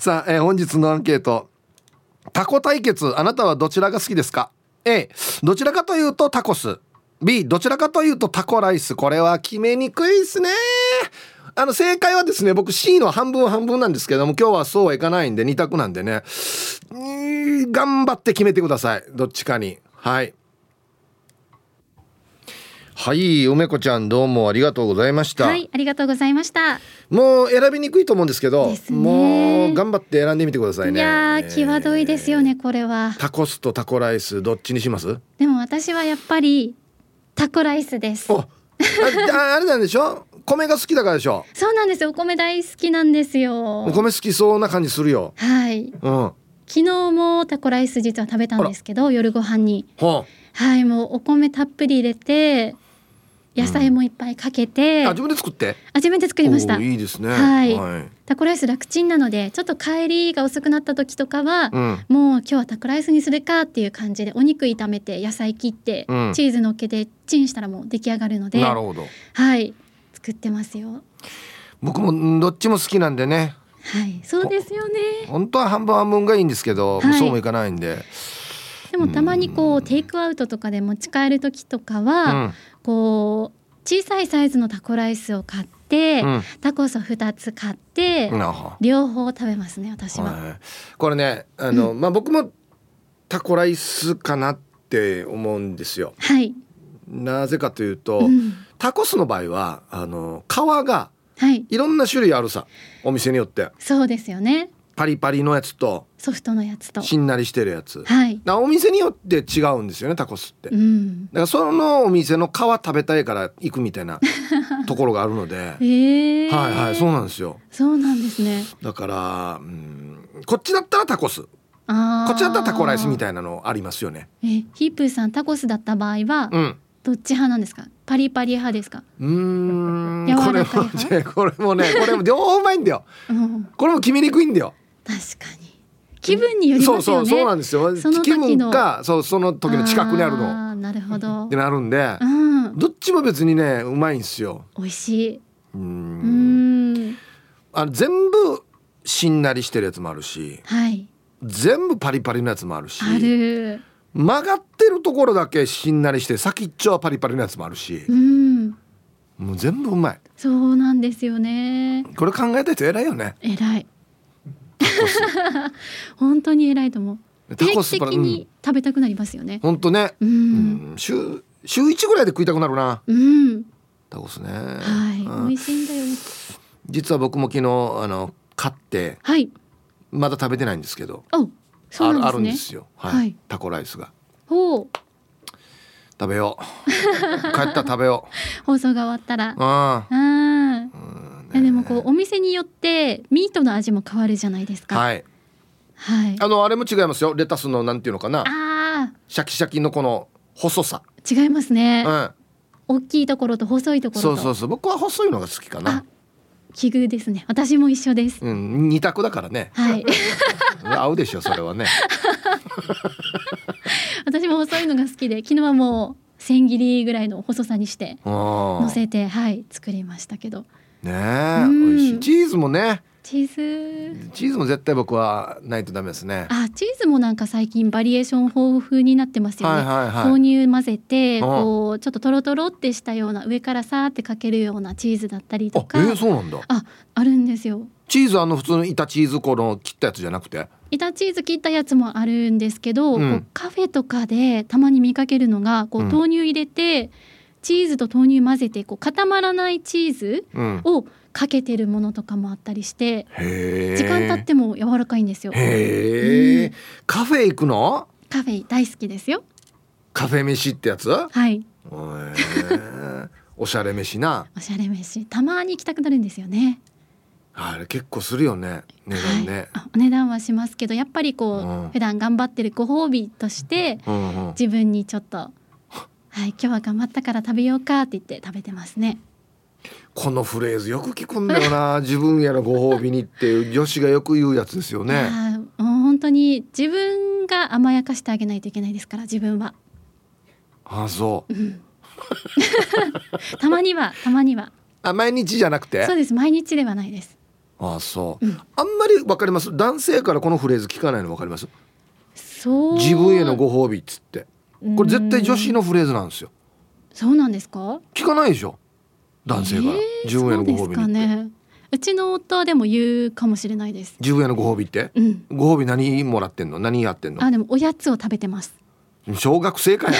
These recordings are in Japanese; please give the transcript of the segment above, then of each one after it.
さあ、本日のアンケート、タコ対決、あなたはどちらが好きですか？ A、 どちらかというとタコス。 B、 どちらかというとタコライス。これは決めにくいですね。正解はですね、僕 C の半分半分なんですけども、今日はそうはいかないんで2択なんでね、頑張って決めてください、どっちかに。はいはい、梅子ちゃんどうもありがとうございました。 はい、ありがとうございました。 もう選びにくいと思うんですけど、 ですね、 もう頑張って選んでみてくださいね。 いやー、際どいですよねこれは。 タコスとタコライスどっちにします？ でも私はやっぱりタコライスです。 あれなんでしょ、米が好きだからでしょ。 そうなんですよ、お米大好きなんですよ。 お米好きそうな感じするよ。 はい、昨日もタコライス実は食べたんですけど、夜ご飯に、はい、もうお米たっぷり入れて野菜もいっぱいかけて、 自分で作って？ 自分で作りました。 いいですね。 はい、タコライス楽ちんなので、ちょっと帰りが遅くなった時とかは、もう今日はタコライスにするかっていう感じで、お肉炒めて野菜切って、チーズ乗っけてチンしたらもう出来上がるので。 なるほど。 はい、作ってますよ。 僕もどっちも好きなんでね。 はい、そうですよね。 本当は半分半分がいいんですけど、そうもいかないんで。 でもたまにこうテイクアウトとかで持ち帰る時とかは、こう小さいサイズのタコライスを買って、タコスを2つ買って、両方食べますね私は。 これね、僕もタコライスかなって思うんですよ。 はい。 なぜかというと、タコスの場合は皮がいろんな種類あるさ、お店によって。 そうですよね。 パリパリのやつとソフトのやつとしんなりしてるやつ、 はい、 お店によって違うんですよね、タコスって。だからそのお店の皮食べたいから行くみたいなところがあるのではいはい、そうなんですよ。 そうなんですね。 だから、こっちだったらタコス、こっちだったらタコライスみたいなのありますよね。 ヒープーさん、タコスだった場合は、どっち派なんですか？パリパリ派ですか？柔らかい派？ これも両方うまいんだよ、これも決めにくいんだよ。 確かに気分によりますよね。 そうなんですよ。気分がその時の近くにあるの。 なるほどってなるんで、どっちも別にねうまいんですよ。 美味しい。 全部しんなりしてるやつもあるし、全部パリパリのやつもあるし、曲がってるところだけしんなりして先っちょはパリパリのやつもあるし、もう全部うまい。 そうなんですよね。 これ考えた人偉いよね。 偉い本当に偉いと思う。定期的に食べたくなりますよね。 本当ね、週1ぐらいで食いたくなるな、タコスね。 はい、美味しいんだよ。 実は僕も昨日買って、まだ食べてないんですけど、 そうなんですね、 あるんですよ、タコライスが。 食べよう帰ったら食べよう放送が終わったら。でもこうお店によってミートの味も変わるじゃないですか。あれも違いますよ。レタスのなんていうのかな、シャキシャキのこの細さ違いますね、大きいところと細いところと。 そう僕は細いのが好きかな。 奇遇ですね。私も一緒です。 二択だからね。合うでしょそれはね私も細いのが好きで、昨日はもう千切りぐらいの細さにして乗せて、作りましたけどね。美味しい。チーズもね、 チーズも絶対僕はないとダメですね。 チーズもなんか最近バリエーション豊富になってますよね。豆乳混ぜてこうちょっとトロトロってしたような、上からさーってかけるようなチーズだったりとか。 そうなんだ。 あるんですよ。 チーズ普通の板チーズこの切ったやつじゃなくて、 板チーズ切ったやつもあるんですけど、こうカフェとかでたまに見かけるのが、こう豆乳入れて、チーズと豆乳混ぜてこう固まらないチーズをかけてるものとかもあったりして、時間経っても柔らかいんですよ。 カフェ行くの？ カフェ大好きですよ。 カフェ飯ってやつ？おしゃれ飯な。 おしゃれ飯たまに行きたくなるんですよね。 あれ結構するよね、値段ね。 お値段はしますけど、やっぱりこう、普段頑張ってるご褒美として、自分にちょっと今日は頑張ったから食べようかって言って食べてますね。 このフレーズよく聞くんだよな自分へのご褒美にっていう女子がよく言うやつですよね。 もう本当に自分が甘やかしてあげないといけないですから、自分は。たまには。 毎日じゃなくて？ そうです、毎日ではないです。 ああそう、あんまり分かります？男性からこのフレーズ聞かないの分かります？ そう、 自分へのご褒美っつって、これ絶対女子のフレーズなんですよ。 そうなんですか？ 聞かないでしょ男性から、自分へのご褒美にって。 そうですかね。うちの夫はでも言うかもしれないです。 自分へのご褒美って、ご褒美何もらってんの？何やってんの？ あ、でもおやつを食べてます。 小学生かや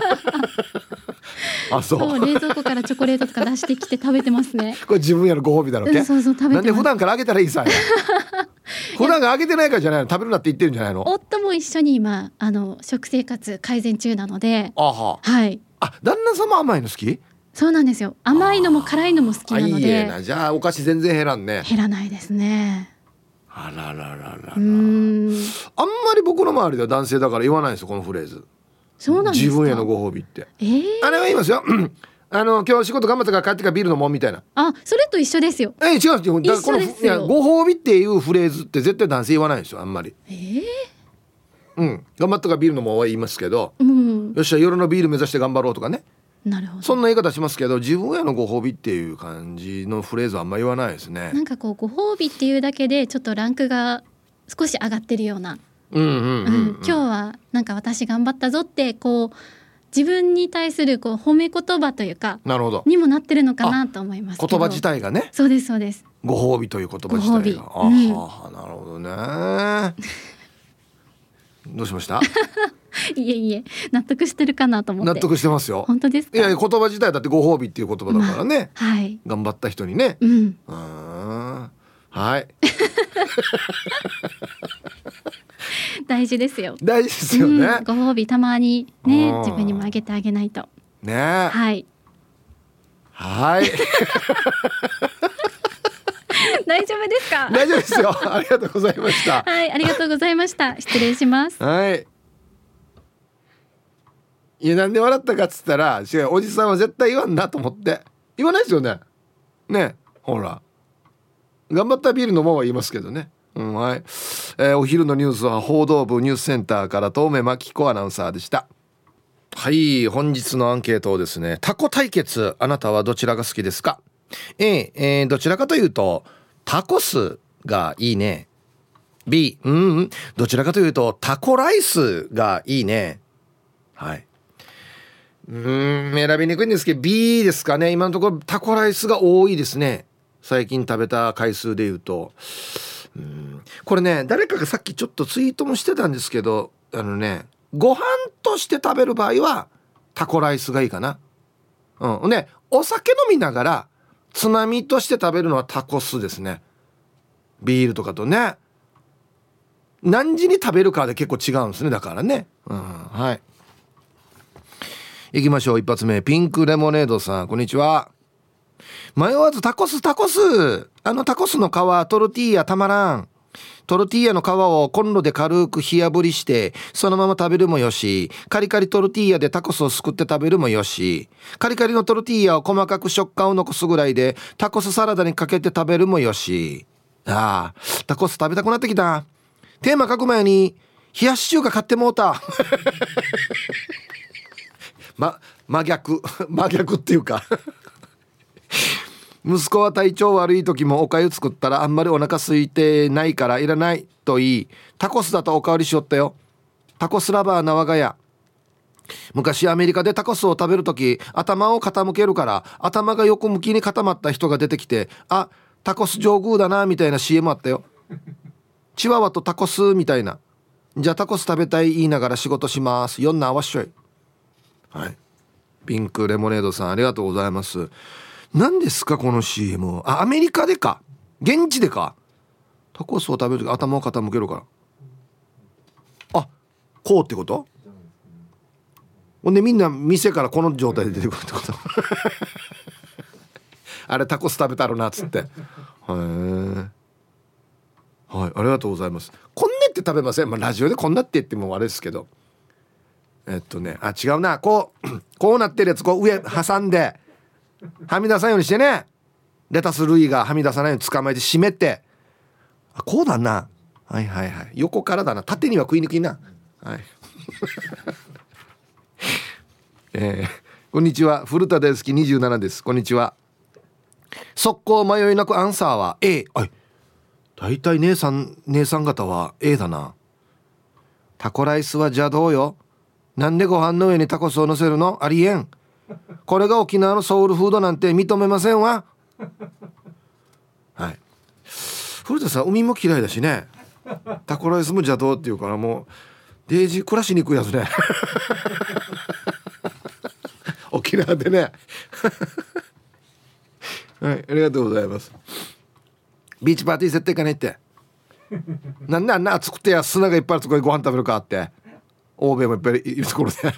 あ、そう。 冷蔵庫からチョコレートとか出してきて食べてますね。 これ自分へのご褒美だろうけ、 そうそう、食べてます。 なんで普段からあげたらいいさや普段があげてないからじゃないの？食べるなって言ってるんじゃないの？ 夫も一緒に今食生活改善中なので。 あは、 はい。 あ、旦那様甘いの好き？ そうなんですよ。甘いのも辛いのも好きなので。 いいな。じゃあお菓子全然減らんね。 減らないですね。 あららららら。あんまり僕の周りでは男性だから言わないんですよこのフレーズ。 そうなんですか？ 自分へのご褒美って、あれは言いますよ今日仕事頑張ったから帰ってからビール飲もうみたいな。 あ、それと一緒ですよ。 違うんですよ。このいやご褒美っていうフレーズって絶対男性言わないんですよあんまり。頑張ったからビール飲もうは言いますけど、よっしゃ夜のビール目指して頑張ろうとかね。 なるほど。 そんな言い方しますけど、自分へのご褒美っていう感じのフレーズはあんま言わないですね。 なんかこうご褒美っていうだけでちょっとランクが少し上がってるような。今日はなんか私頑張ったぞってこう自分に対するこう褒め言葉というか、 なるほど、 にもなってるのかなと思いますけど。 言葉自体がね。 そうですそうです。 ご褒美という言葉自体が。あ、なるほどねどうしましたいえいえ、納得してるかなと思って。 納得してますよ。 本当ですか？ いや言葉自体だってご褒美っていう言葉だからね、 はい、 頑張った人にね。はい大事ですよ。 大事ですよね、 ご褒美たまにね自分にもあげてあげないとね。 はいはい大丈夫ですか？ 大丈夫ですよ。ありがとうございましたはい、ありがとうございました。失礼します。 はい。いやなんで笑ったかっつったら、違う、おじさんは絶対言わんなと思って言わないですよね。ね、ほら頑張ったビール飲もうは言いますけどね。はい。お昼のニュースは報道部ニュースセンターから遠目真紀子アナウンサーでした。はい、本日のアンケートをですね、タコ対決、あなたはどちらが好きですか？どちらかというとタコスがいいね。 B、どちらかというとタコライスがいいね。はい。選びにくいんですけど B ですかね。今のところタコライスが多いですね、最近食べた回数でいうと。これね、誰かがさっきちょっとツイートもしてたんですけど、ご飯として食べる場合はタコライスがいいかな。ね、お酒飲みながらつまみとして食べるのはタコスですね。ビールとかとね、何時に食べるかで結構違うんですね、だからね。はい、行きましょう。一発目、ピンクレモネードさん、こんにちは。迷わずタコスタコス。タコスの皮トルティーヤたまらん。トルティーヤの皮をコンロで軽く火炙りしてそのまま食べるもよし、カリカリトルティーヤでタコスをすくって食べるもよし、カリカリのトルティーヤを細かく食感を残すぐらいでタコスサラダにかけて食べるもよし。タコス食べたくなってきた。テーマ書く前に冷やし中華買ってもうた真逆っていうか息子は体調悪い時もおかゆ作ったらあんまりお腹空いてないからいらないと言い、タコスだとおかわりしよったよ。タコスラバーな我が家。昔アメリカでタコスを食べる時頭を傾けるから頭が横向きに固まった人が出てきて、あ、タコス上宮だなみたいな CM あったよ。チワワとタコスみたいな。じゃあタコス食べたい言いながら仕事します。よんなあわっしょい。はい、ピンクレモネードさんありがとうございます。何ですかこの CM。 アメリカでか現地でか。タコスを食べるとき頭を傾けるから、こうってこと。ほんでみんな店からこの状態で出てくるってことあれタコス食べたろなっつって。はい、ありがとうございます。こんねって食べません？ラジオでこんなって言ってもあれですけど、違うな、こうなってるやつこう上挟んではみ出さないようにしてね、レタス類がはみ出さないように捕まえて締めて、こうだな。はい、横からだな、縦には食いにくいな。はい、こんにちは、古田大好き27です。こんにちは。速攻迷いなくアンサーは A。 だいたい姉さん方は A だな。タコライスは邪道よ。なんでご飯の上にタコスを乗せるの？ありえん。これが沖縄のソウルフードなんて認めませんわ。はい。古田さん海も嫌いだしね。タコライスも邪道っていうから、もうデイジー暮らしにくいやつね。沖縄でね。はい、ありがとうございます。ビーチパーティー設定かねって。なんであんな暑くてや砂がいっぱいあるところでご飯食べるかって。欧米もいっぱいいるところで。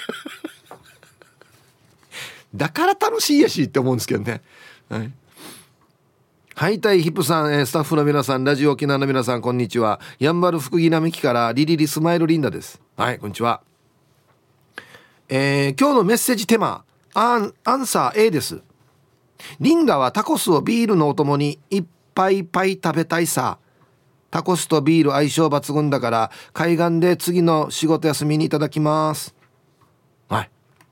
だから楽しいやしって思うんですけどね。はい。はいたいヒップさん、スタッフの皆さん、ラジオ沖縄の皆さん、こんにちは。やんばる福木並木からリリリスマイルリンダです。はい、こんにちは。今日のメッセージテーマ、アンサー A です。リンダはタコスをビールのお供にいっぱい食べたいさ。タコスとビール相性抜群だから海岸で次の仕事休みにいただきます。はい、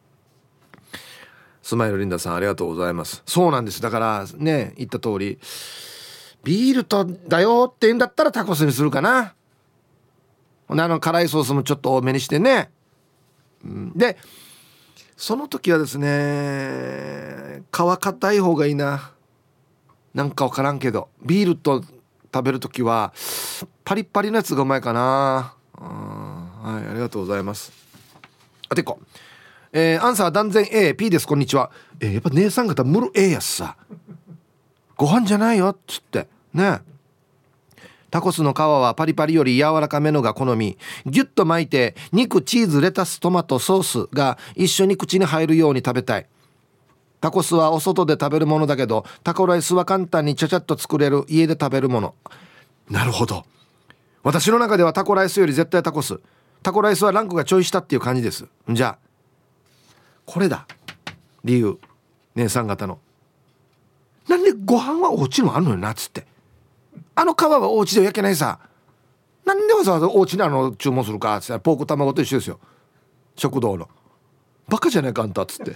スマイルリンダさん、ありがとうございます。そうなんです。だからね、言った通りビールとだよって言うんだったらタコスにするかな。辛いソースもちょっと多めにしてね、でその時はですね、皮硬い方がいいな。なんかわからんけどビールと食べる時はパリッパリのやつがうまいかな。はい、ありがとうございます。あてこ、アンサー断然 A。P です。こんにちは。やっぱ姉さん方無る A やっさ。ご飯じゃないよっつってね。タコスの皮はパリパリより柔らかめのが好み。ギュッと巻いて肉、チーズ、レタス、トマト、ソースが一緒に口に入るように食べたい。タコスはお外で食べるものだけど、タコライスは簡単にちゃちゃっと作れる家で食べるもの。なるほど。私の中ではタコライスより絶対タコス。タコライスはランクがちょい下っていう感じです。じゃあこれだ理由、姉さん方の。なんでご飯はお家にもあるのよなっつって。あの皮はお家で焼けないさ。なんでわざわざお家に注文するかっつって。ポーク卵と一緒ですよ、食堂の。バカじゃないかあんたっつって。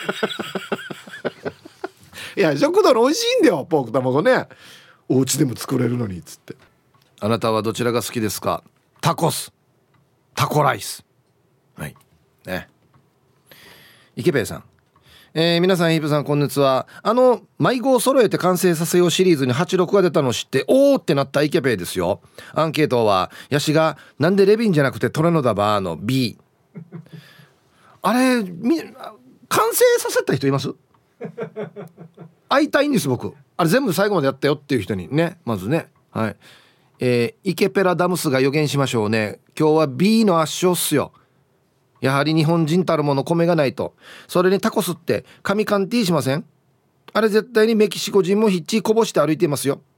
いや食堂の美味しいんだよポーク卵ね。お家でも作れるのにっつって。あなたはどちらが好きですか？タコス、タコライス。はいね。池ペイさん、皆さんヒープさんこんにちは。迷子を揃えて完成させようシリーズに86が出たのを知っておーってなった池ペイですよ。アンケートはヤシがなんでレビンじゃなくてトレノダバーの B。 あれ完成させた人います？会いたいんです僕。あれ全部最後までやったよっていう人にね、まずね。はい。イケペラダムスが予言しましょうね。今日は B の圧勝っすよ。やはり日本人たるもの米がないと。それにタコスって紙カンティーしません？あれ絶対にメキシコ人もヒッチこぼして歩いていますよ。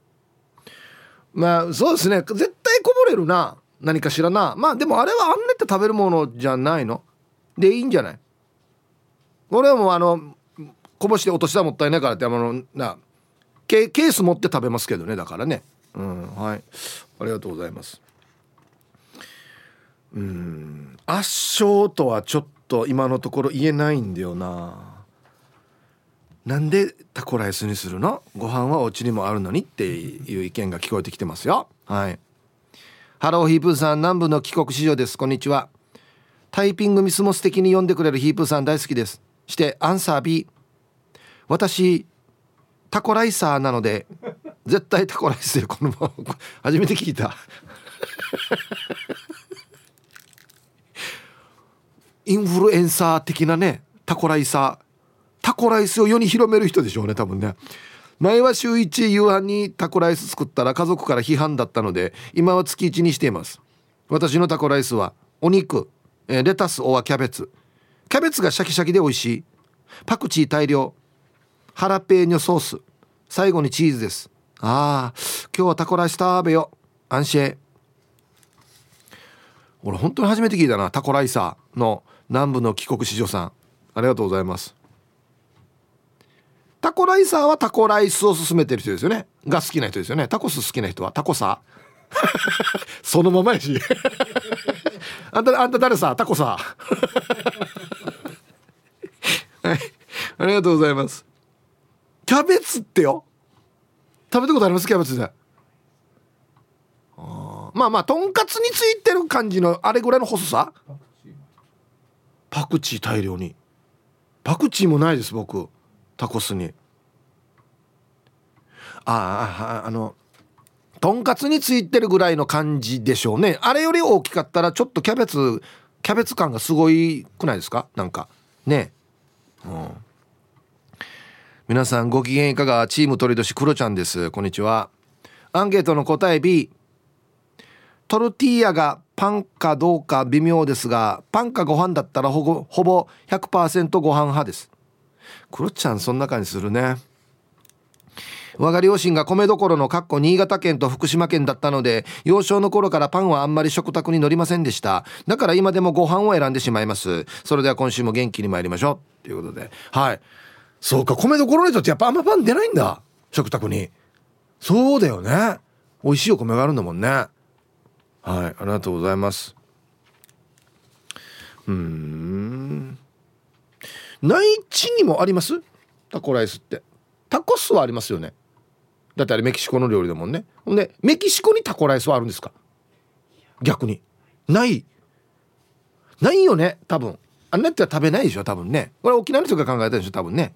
まあそうですね、絶対こぼれるな、何かしらな。まあでもあれはあんねって食べるものじゃないのでいいんじゃない？俺はもうこぼして落としたらもったいないからってケース持って食べますけどね。だからね、はい、ありがとうございます。圧勝とはちょっと今のところ言えないんだよな。なんでタコライスにするの？ご飯はお家にもあるのにっていう意見が聞こえてきてますよ。はい。ハローヒープーさん、南部の帰国子女です。こんにちは。タイピングミスも素敵に読んでくれるヒープーさん大好きです。してアンサー B。 私タコライサーなので絶対タコライスでこのまま初めて聞いた。インフルエンサー的なね、タコライスを世に広める人でしょうね多分ね。前は週1夕飯にタコライス作ったら家族から批判だったので今は月1にしています。私のタコライスはお肉、レタスキャベツがシャキシャキで美味しい。パクチー大量、ハラペーニョソース、最後にチーズです。今日はタコライス食べよう。アンシェ。俺本当に初めて聞いたな、タコライサーの南部の帰国子女さん、ありがとうございます。タコライサーはタコライスを勧めてる人ですよね。が好きな人ですよね。タコス好きな人はタコサそのままやしあんた誰さ、タコさはい、ありがとうございます。キャベツってよ、食べたことあります？キャベツでまあまあとんかつについてる感じのあれぐらいの細さ。パクチー大量に。パクチーもないです僕タコスに。とんかつについてるぐらいの感じでしょうね。あれより大きかったらちょっとキャベツ感がすごいくないですかなんかね。皆さんご機嫌いかが。チーム鳥年クロちゃんです。こんにちは。アンケートの答え B。 トルティーヤがパンかどうか微妙ですが、パンかご飯だったらほぼ 100% ご飯派です。クロちゃんそんな感じするね。我が両親が米どころの新潟県と福島県だったので、幼少の頃からパンはあんまり食卓に乗りませんでした。だから今でもご飯を選んでしまいます。それでは今週も元気に参りましょうということで、はい、そうか、米どころの人ってやっぱあんまパン出ないんだ食卓に。そうだよね、美味しいお米があるんだもんね。はい、ありがとうございます。内地にもありますタコライスって。タコスはありますよね。だってあれメキシコの料理だもんね。ほんでメキシコにタコライスはあるんですか。逆にないよね多分。あんなっては食べないでしょ多分ね。これ沖縄の人が考えたでしょ多分ね。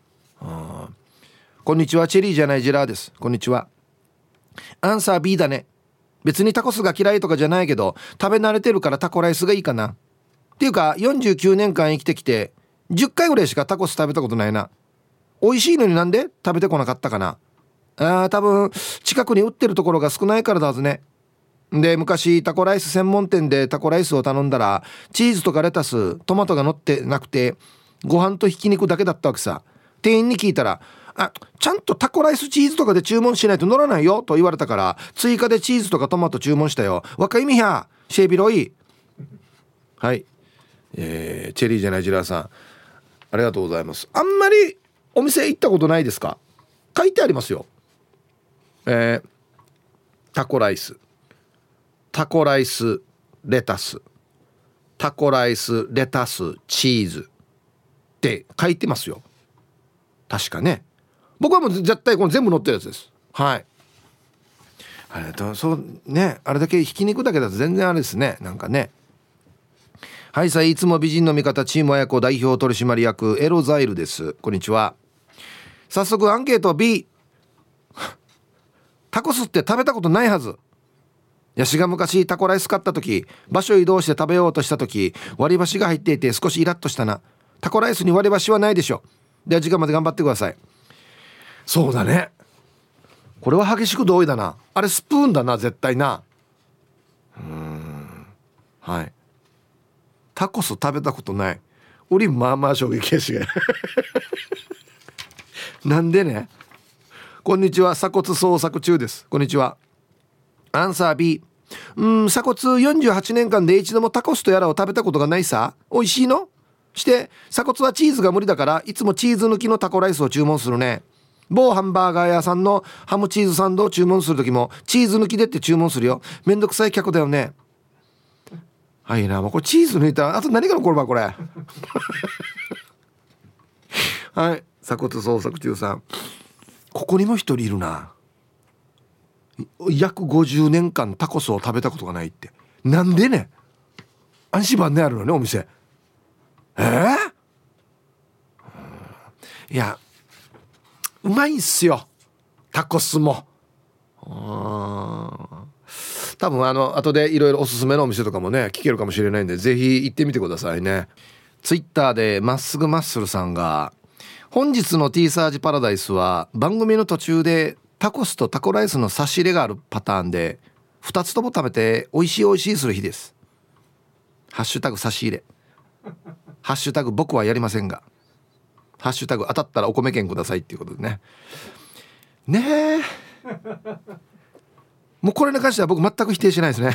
こんにちは、チェリーじゃないジェラーです。こんにちは。アンサー B だね。別にタコスが嫌いとかじゃないけど、食べ慣れてるからタコライスがいいかな。っていうか49年間生きてきて10回ぐらいしかタコス食べたことないな。美味しいのになんで食べてこなかったかな。多分近くに売ってるところが少ないからだはずね。で昔タコライス専門店でタコライスを頼んだら、チーズとかレタストマトが乗ってなくてご飯とひき肉だけだったわけさ。店員に聞いたら、ちゃんとタコライスチーズとかで注文しないと乗らないよと言われたから、追加でチーズとかトマト注文したよ。若いみひゃシェービロイ。はい、チェリーじゃないジラーさんありがとうございます。あんまりお店行ったことないですか。書いてありますよ。タコライスレタスタコライスレタスチーズって書いてますよ確かね。僕はもう絶対この全部載ってるやつです。はい、あれだとそうね、あれだけひき肉だけだと全然あれですね、なんかね。はい、さあいつも美人の味方チーム親子代表取締役エロザイルです。こんにちは。早速アンケート B。 タコスって食べたことないはず。ヤシが昔タコライス買った時、場所移動して食べようとした時、割り箸が入っていて少しイラッとしたな。タコライスに割り箸はないでしょ。では時間まで頑張ってください。そうだね、これは激しく同意だな。あれスプーンだな絶対な。はい、タコス食べたことない。俺まあまあ衝撃やしがなんでね。こんにちは、鎖骨捜索中です。こんにちは。アンサー B。 鎖骨48年間で一度もタコスとやらを食べたことがないさ。美味しいのして鎖骨はチーズが無理だからいつもチーズ抜きのタコライスを注文するね。某ハンバーガー屋さんのハムチーズサンドを注文する時もチーズ抜きでって注文するよ。めんどくさい客だよね。はいな、もうこれチーズ抜いたらあと何が残るばこれはい、鎖骨捜索中さん、ここにも一人いるな。約50年間タコスを食べたことがないって。なんでね。安心番ねあるのねお店。いやうまいんすよタコスも。多分後でいろいろおすすめのお店とかもね聞けるかもしれないんで、ぜひ行ってみてくださいね。ツイッターでまっすぐマッスルさんが、本日の T サージパラダイスは番組の途中でタコスとタコライスの差し入れがあるパターンで2つとも食べて美味しいする日です。ハッシュタグ差し入れ、ハッシュタグ僕はやりませんが、ハッシュタグ当たったらお米券くださいっていうことでね。ねえもうこれに関しては僕全く否定しないですね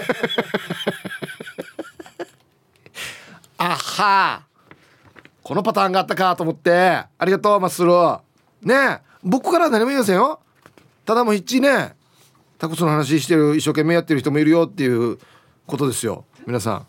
あはこのパターンがあったかと思って、ありがとうマッスルねえ。僕からは何も言いませんよ。ただもう一ねタコスの話してる一生懸命やってる人もいるよっていうことですよ皆さん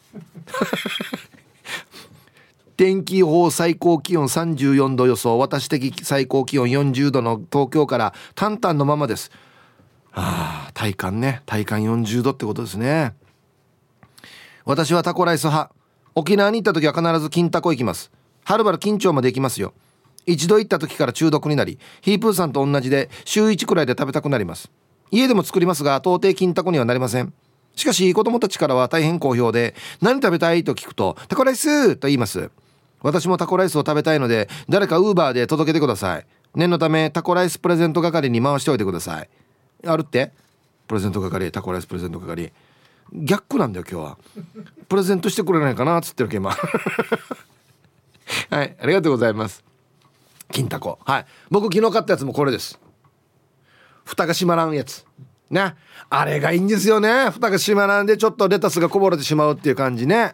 天気予報最高気温34度予想、私的最高気温40度の東京からタンタンのままです。 体感ね、体感40度ってことですね。私はタコライス派。沖縄に行った時は必ず金タコ行きます。はるばる金町まで行きますよ。一度行った時から中毒になり、ヒープーさんと同じで週1くらいで食べたくなります。家でも作りますが到底金タコにはなりません。しかし子供たちからは大変好評で、何食べたいと聞くとタコライスと言います。私もタコライスを食べたいので誰かウーバーで届けてください。念のためタコライスプレゼント係に回しておいてください。あるって、プレゼント係、タコライスプレゼント係。逆なんだよ今日は。プレゼントしてくれないかなっつってるけ今はい、ありがとうございます。金タコ、はい、僕昨日買ったやつもこれです。蓋が閉まらんやつね、あれがいいんですよね。蓋が閉まらんでちょっとレタスがこぼれてしまうっていう感じね。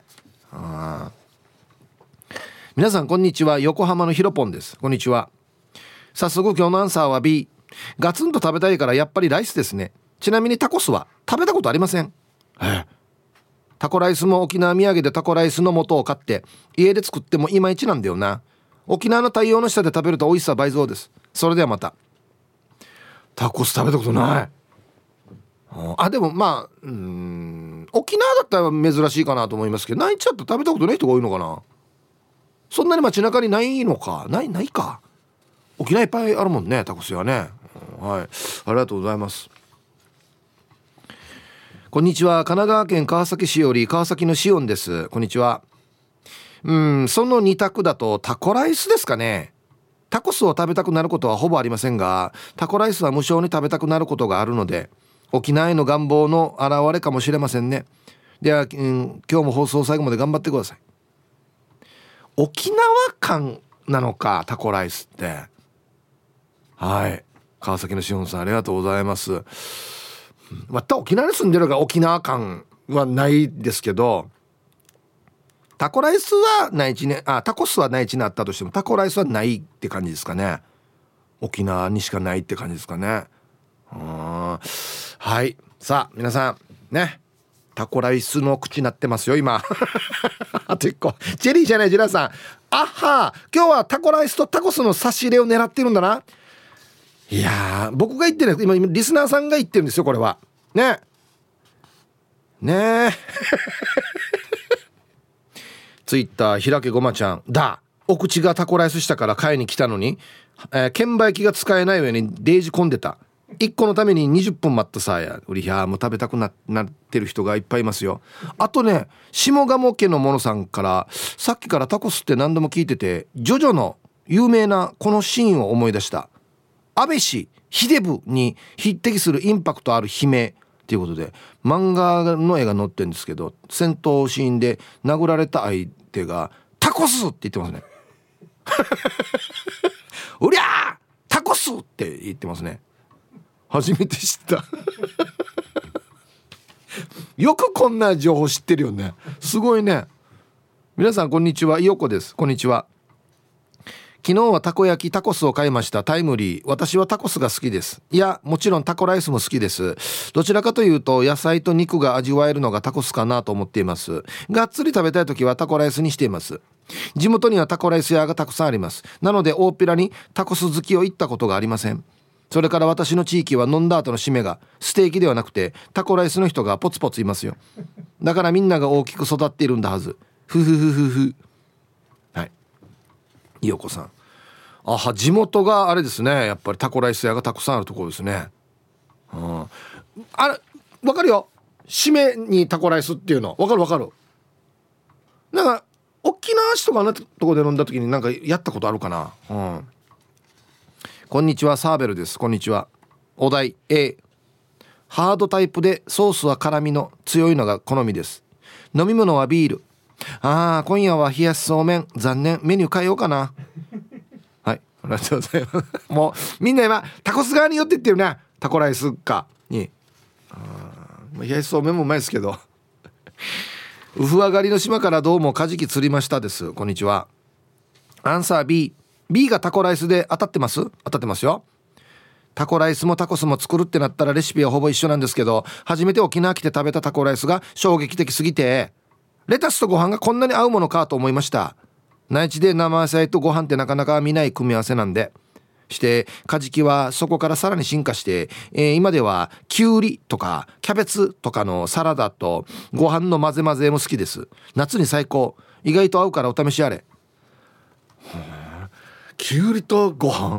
皆さんこんにちは、横浜のひろぽんです。こんにちは。早速今日のアンサーは B。 ガツンと食べたいからやっぱりライスですね。ちなみにタコスは食べたことありません。タコライスも沖縄土産でタコライスの素を買って家で作ってもいまいちなんだよな。沖縄の太陽の下で食べると美味しさ倍増です。それではまた。タコス食べたことない。でもまあ沖縄だったら珍しいかなと思いますけど、内地だと食べたことない人が多いのかな。そんなに街中にないのか。ないか。沖縄いっぱいあるもんね、タコスはね。はい、ありがとうございます。こんにちは、神奈川県川崎市より川崎のしおんです。こんにちは。その2択だとタコライスですかね。タコスを食べたくなることはほぼありませんが、タコライスは無性に食べたくなることがあるので、沖縄への願望の表れかもしれませんね。では、今日も放送最後まで頑張ってください。沖縄感なのかタコライスって。はい、川崎のしおんさんありがとうございます。また沖縄に住んでるから沖縄感はないですけど、タコライスは内地ね、タコスは内地にあったとしてもタコライスはないって感じですかね。沖縄にしかないって感じですかね。はい、さあ皆さんね、タコライスの口になってますよ今あと1個、チェリーじゃないジェラさん、あは今日はタコライスとタコスの差し入れを狙ってるんだな。いや僕が言ってる、今リスナーさんが言ってるんですよこれはねえツイッターひらけごまちゃんだ、お口がタコライスしたから買いに来たのに、券売機が使えない上にデージ混んでた。1個のために20分待ったさや。うりひゃーもう食べたく なってる人がいっぱいいますよ。あとね、下鴨家のものさんから、さっきからタコスって何度も聞いてて、ジョジョの有名なこのシーンを思い出した。安倍氏秀部に匹敵するインパクトある悲鳴ということで、漫画の絵が載ってるんですけど、戦闘シーンで殴られた相手がタコスって言ってますねうりゃータコスって言ってますね。初めて知ったよくこんな情報知ってるよね。すごいね。皆さんこんにちは、いよこです。こんにちは。昨日はたこ焼きタコスを買いました。タイムリー。私はタコスが好きです。いやもちろんタコライスも好きです。どちらかというと野菜と肉が味わえるのがタコスかなと思っています。がっつり食べたい時はタコライスにしています。地元にはタコライス屋がたくさんあります。なので大っぴらにタコス好きを言ったことがありません。それから私の地域は飲んだ後の締めがステーキではなくてタコライスの人がポツポツいますよ。だからみんなが大きく育っているんだはず。ふふふふふ。はい、いよこさん、地元があれですね。やっぱりタコライス屋がたくさんあるところですね。あれ分かるよ、締めにタコライスっていうの分かる。なんか沖縄市とかのとこで飲んだ時になんかやったことあるかな。こんにちは、サーベルです。こんにちは。お題 A。 ハードタイプでソースは辛みの強いのが好みです。飲み物はビール。今夜は冷やしそうめん。残念、メニュー変えようかな。はい、ありがとうございますもうみんな今タコス側に寄ってってるね。タコライスかに冷やしそうめんもうまいですけどウフ上がりの島からどうもカジキ釣りましたです。こんにちは。アンサー B がタコライスで当たってます。当たってますよ。タコライスもタコスも作るってなったらレシピはほぼ一緒なんですけど、初めて沖縄来て食べたタコライスが衝撃的すぎて、レタスとご飯がこんなに合うものかと思いました。内地で生野菜とご飯ってなかなか見ない組み合わせなんで、 してカジキはそこからさらに進化して、今ではキュウリとかキャベツとかのサラダとご飯の混ぜ混ぜも好きです。夏に最高。意外と合うからお試しあれ。キュウリとご飯、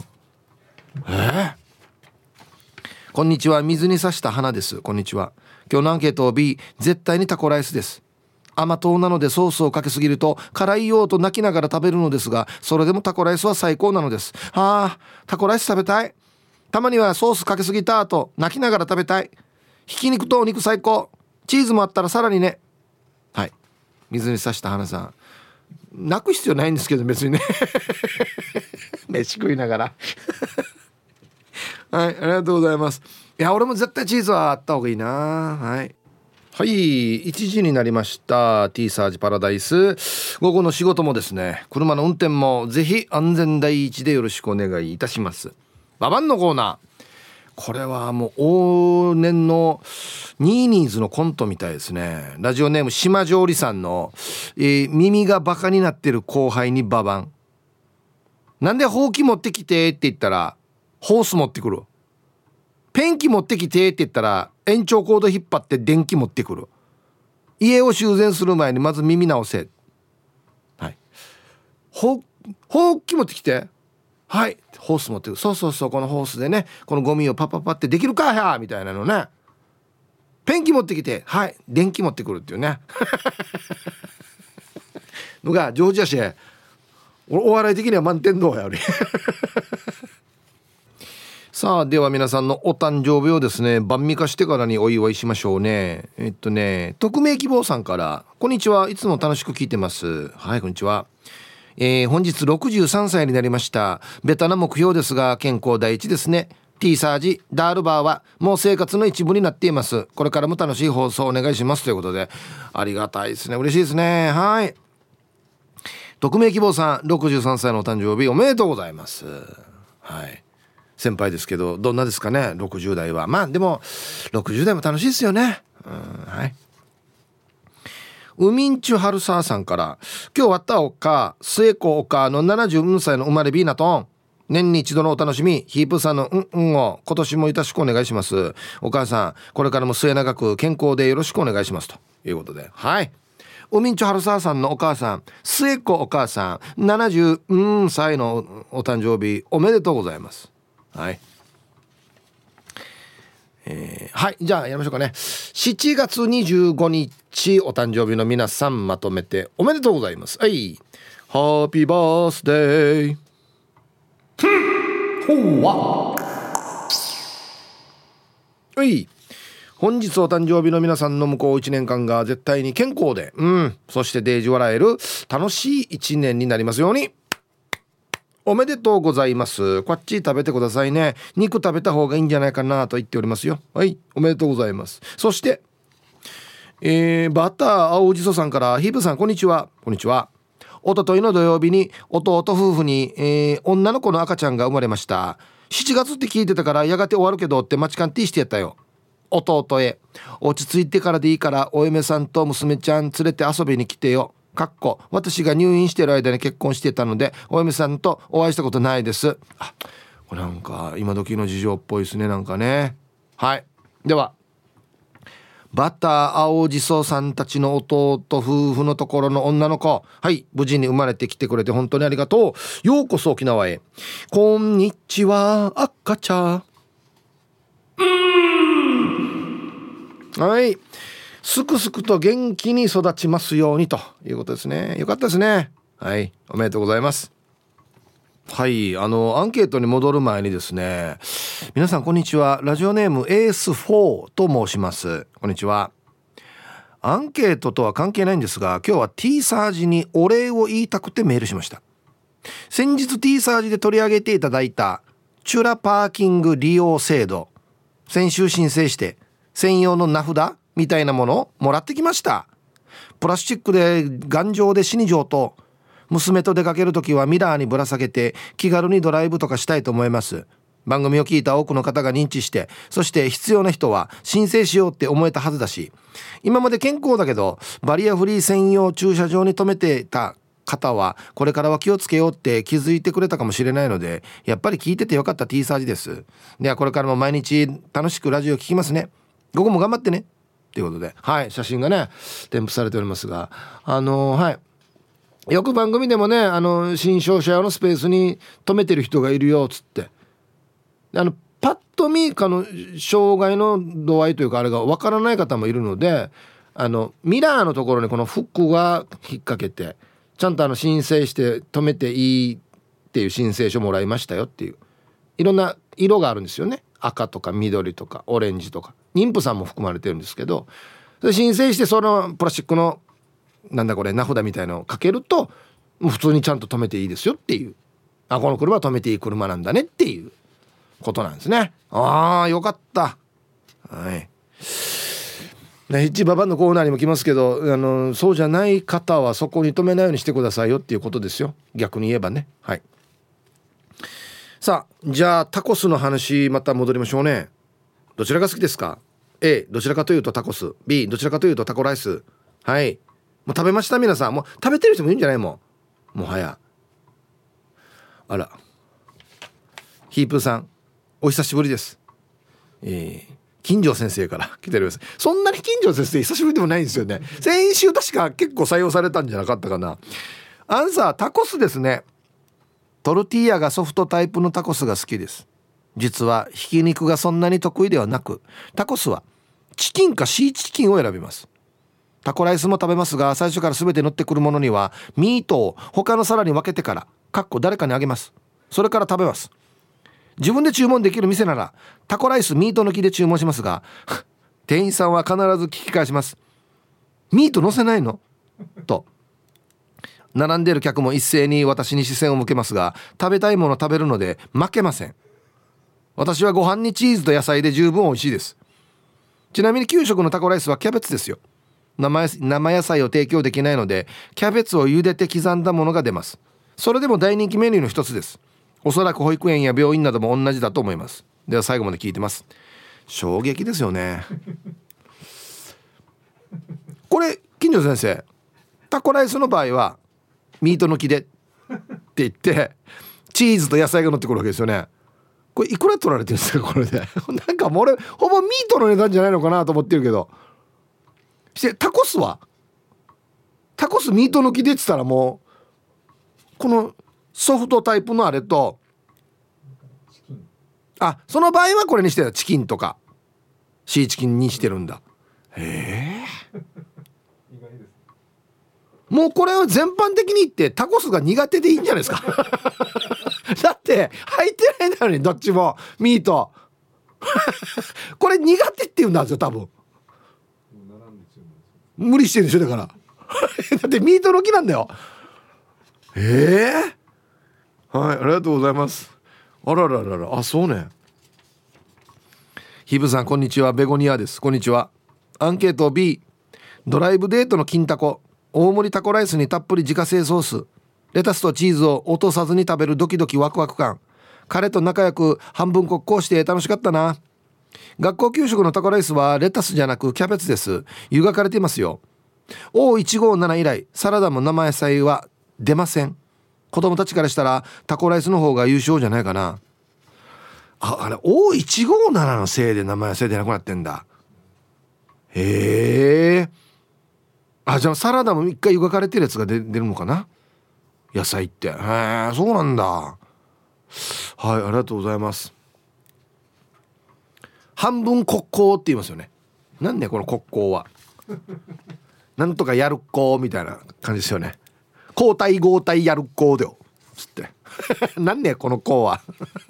こんにちは、水に刺した花です。こんにちは。今日のアンケート B、 絶対にタコライスです。甘党なのでソースをかけすぎると辛いようと泣きながら食べるのですが、それでもタコライスは最高なのです。タコライス食べたい。たまにはソースかけすぎた後泣きながら食べたい。ひき肉とお肉最高。チーズもあったらさらにね。はい、水に刺した花さん、泣く必要ないんですけど別にね飯食いながらはい、ありがとうございます。いや俺も絶対チーズはあった方がいいな。はいはい、1時になりました。 T サージパラダイス、午後の仕事もですね、車の運転もぜひ安全第一でよろしくお願いいたします。ババンのコーナー、これはもう往年のニーニーズのコントみたいですね。ラジオネーム島上里さんの、耳がバカになってる後輩にババン。なんでほうき持ってきてって言ったらホース持ってくる。ペンキ持ってきてって言ったら延長コード引っ張って電気持ってくる。家を修繕する前にまず耳直せ。はい、ほうき持ってきて、はい、ホース持ってくる。そうそうそう、このホースでねこのゴミをパッパッパってできるかやみたいなのね。ペンキ持ってきて、はい、電気持ってくるっていうねのがジョージア市。お笑い的には満点どうやりさあ、では皆さんのお誕生日をですね晩御飯してからにお祝いしましょうね。匿名希望さんから、こんにちは、いつも楽しく聞いてます。はい、こんにちは。本日63歳になりました。ベタな目標ですが健康第一ですね。 T サージダールバーはもう生活の一部になっています。これからも楽しい放送お願いしますということで、ありがたいですね、嬉しいですね。はい、匿名希望さん、63歳のお誕生日おめでとうございます。はい、先輩ですけどどんなですかね60代は。まあでも60代も楽しいですよね。はい。ウミンチュハルサーさんから、今日わったおか末子おかの74歳の生まれビーナトン、年に一度のお楽しみヒープさんのを今年もよろしくお願いします。お母さんこれからも末永く健康でよろしくお願いしますということで、はい、ウミンチュハルサーさんのお母さん、末子お母さん70歳のお誕生日おめでとうございます。はい、はい、じゃあやりましょうかね。7月25日お誕生日の皆さんまとめておめでとうございます。はい、ハッピーバースデーほわ。はい、本日お誕生日の皆さんの向こう1年間が絶対に健康で、そしてデージ笑える楽しい1年になりますように。おめでとうございます。こっち食べてくださいね。肉食べた方がいいんじゃないかなと言っておりますよ。はい、おめでとうございます。そして、バター青じそさんから、ヒープさんこんにちは。こんにちは。おとといの土曜日に弟夫婦に、女の子の赤ちゃんが生まれました。7月って聞いてたからやがて終わるけどってマチカンティーしてやったよ。弟へ、落ち着いてからでいいからお嫁さんと娘ちゃん連れて遊びに来てよ。私が入院している間に結婚してたのでお嫁さんとお会いしたことないです。これなんか今時の事情っぽいですね、なんかね。はい、ではバター青じそさんたちの弟夫婦のところの女の子、はい、無事に生まれてきてくれて本当にありがとう。ようこそ沖縄へ。こんにちは赤ちゃん。はい、すくすくと元気に育ちますようにということですね。よかったですね。はい、おめでとうございます。はい、アンケートに戻る前にですね、皆さんこんにちは。ラジオネームエース4と申します。こんにちは。アンケートとは関係ないんですが、今日は T サージにお礼を言いたくてメールしました。先日 T サージで取り上げていただいたチュラパーキング利用制度、先週申請して専用の名札みたいなものをもらってきました。プラスチックで頑丈で死に上と、娘と出かけるときはミラーにぶら下げて気軽にドライブとかしたいと思います。番組を聞いた多くの方が認知して、そして必要な人は申請しようって思えたはずだし、今まで健康だけどバリアフリー専用駐車場に止めてた方はこれからは気をつけようって気づいてくれたかもしれないので、やっぱり聞いててよかった T サージです。ではこれからも毎日楽しくラジオ聞きますね。午後も頑張ってねということで、はい、写真がね添付されておりますが、はい、よく番組でもね新商社用のスペースに止めてる人がいるよっつって、パッと見障害の度合いというかあれがわからない方もいるので、ミラーのところにこのフックが引っ掛けてちゃんと申請して止めていいっていう申請書もらいましたよっていう、いろんな色があるんですよね。赤とか緑とかオレンジとか妊婦さんも含まれてるんですけど、それ申請してそのプラスチックのなんだこれ名札みたいのをかけるともう普通にちゃんと止めていいですよっていう、この車は止めていい車なんだねっていうことなんですね。よかった。はいね、ヒッチババンのコーナーにも来ますけど、そうじゃない方はそこに止めないようにしてくださいよっていうことですよ、逆に言えばね。はい、さあじゃあタコスの話また戻りましょうね。どちらが好きですか？ A どちらかというとタコス、 B どちらかというとタコライス。はい、もう食べました？皆さんもう食べてる人もいるんじゃない？もはやあら、ヒープーさんお久しぶりです。金城先生から来てるんです。そんなに金城先生久しぶりでもないんですよね。先週確か結構採用されたんじゃなかったかな。アンサータコスですね。トルティーヤがソフトタイプのタコスが好きです。実はひき肉がそんなに得意ではなく、タコスはチキンかシーチキンを選びます。タコライスも食べますが、最初から全て乗ってくるものにはミートを他の皿に分けてから誰かにあげます。それから食べます。自分で注文できる店ならタコライスミート抜きで注文しますが店員さんは必ず聞き返します。ミート乗せないのと。並んでいる客も一斉に私に視線を向けますが、食べたいもの食べるので負けません。私はご飯にチーズと野菜で十分美味しいです。ちなみに給食のタコライスはキャベツですよ。生野菜を提供できないのでキャベツを茹でて刻んだものが出ます。それでも大人気メニューの一つです。おそらく保育園や病院なども同じだと思います。では最後まで聞いてます。衝撃ですよねこれ金城先生、タコライスの場合はミート抜きでって言ってチーズと野菜が乗ってくるわけですよね。これいくら取られてるんですかこれでなんかもう俺ほぼミートの値段じゃないのかなと思ってるけど、してタコスはタコスミート抜きでって言ったらもうこのソフトタイプのあれとその場合はこれにしてるチキンとかシーチキンにしてるんだ。もうこれは全般的に言ってタコスが苦手でいいんじゃないですかだって入ってないのにどっちもミートこれ苦手って言うんだよ多分。無理してるでしょだからだってミートの木なんだよ。はい、ありがとうございます。あらららら、そうね。ヒブさんこんにちは、ベゴニアです。こんにちは。アンケート B、 ドライブデートの金タコ、大盛りタコライスにたっぷり自家製ソース、レタスとチーズを落とさずに食べるドキドキワクワク感、彼と仲良く半分こっこうして楽しかったな。学校給食のタコライスはレタスじゃなくキャベツです。湯がかれていますよ。 O157 以来サラダも生野菜は出ません。子供たちからしたらタコライスの方が優勝じゃないかな。あれ O157 のせいで生野菜出なくなってんだ。じゃあサラダも一回湯がかれてるやつが出るのかな、野菜って。そうなんだ。はい、ありがとうございます。半分国交って言いますよね。なんでこの国交はなんとかやるっこみたいな感じですよね。交代合体やるっこだよつってなんでこの子は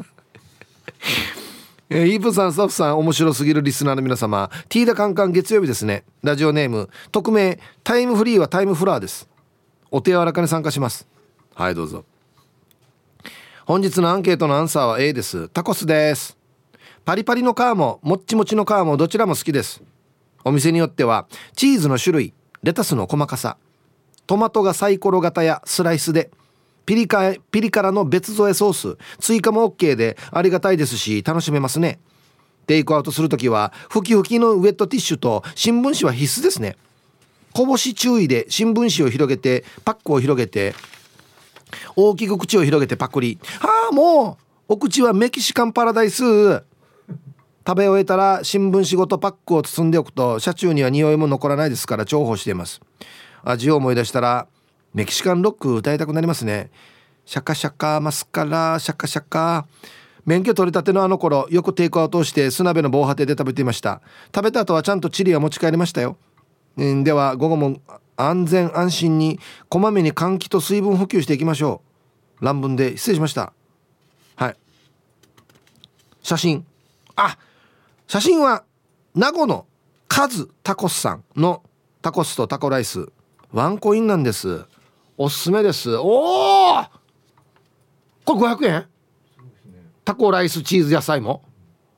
イープさん、スタッフさん、面白すぎるリスナーの皆様、ティーダカンカン月曜日ですね。ラジオネーム匿名、タイムフリーはタイムフラーです。お手柔らかに参加します。はい、どうぞ。本日のアンケートのアンサーは A です。タコスです。パリパリの皮ももっちもちの皮もどちらも好きです。お店によってはチーズの種類、レタスの細かさ、トマトがサイコロ型やスライスで、ピリ辛の別添えソース追加も OK でありがたいですし楽しめますね。テイクアウトするときはふきふきのウェットティッシュと新聞紙は必須ですね。 こぼし注意で新聞紙を広げてパックを広げて大きく口を広げてパクリ。もうお口はメキシカンパラダイス。食べ終えたら新聞紙ごとパックを包んでおくと車中には匂いも残らないですから重宝しています。味を思い出したらメキシカンロック歌いたくなりますね。シャカシャカマスカラシャカシャカ。免許取り立てのあの頃よくテイクアウトをして砂鍋の防波堤で食べていました。食べた後はちゃんとチリは持ち帰りましたよ。では午後も安全安心にこまめに換気と水分補給していきましょう。乱文で失礼しました。はい。写真は名護のカズタコスさんのタコスとタコライスワンコインなんです。おすすめです。おー、これ500円、タコライスチーズ野菜も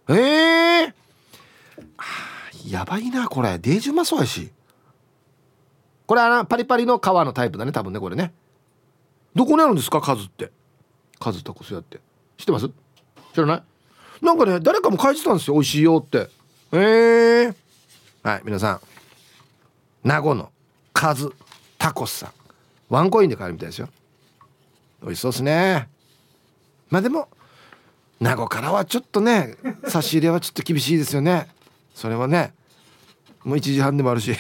やばいなこれ。デージうまそうやし。これパリパリの皮のタイプだね多分ね。これねどこにあるんですかカズって。カズタコスやって知ってます？知らない？なんかね誰かも書いてたんですよ美味しいよって。はい皆さん名護のカズタコスさんワンコインで買えるみたいですよ。美味しそうですね。まあでも名護からはちょっとね差し入れはちょっと厳しいですよね。それはねもう1時半でもあるし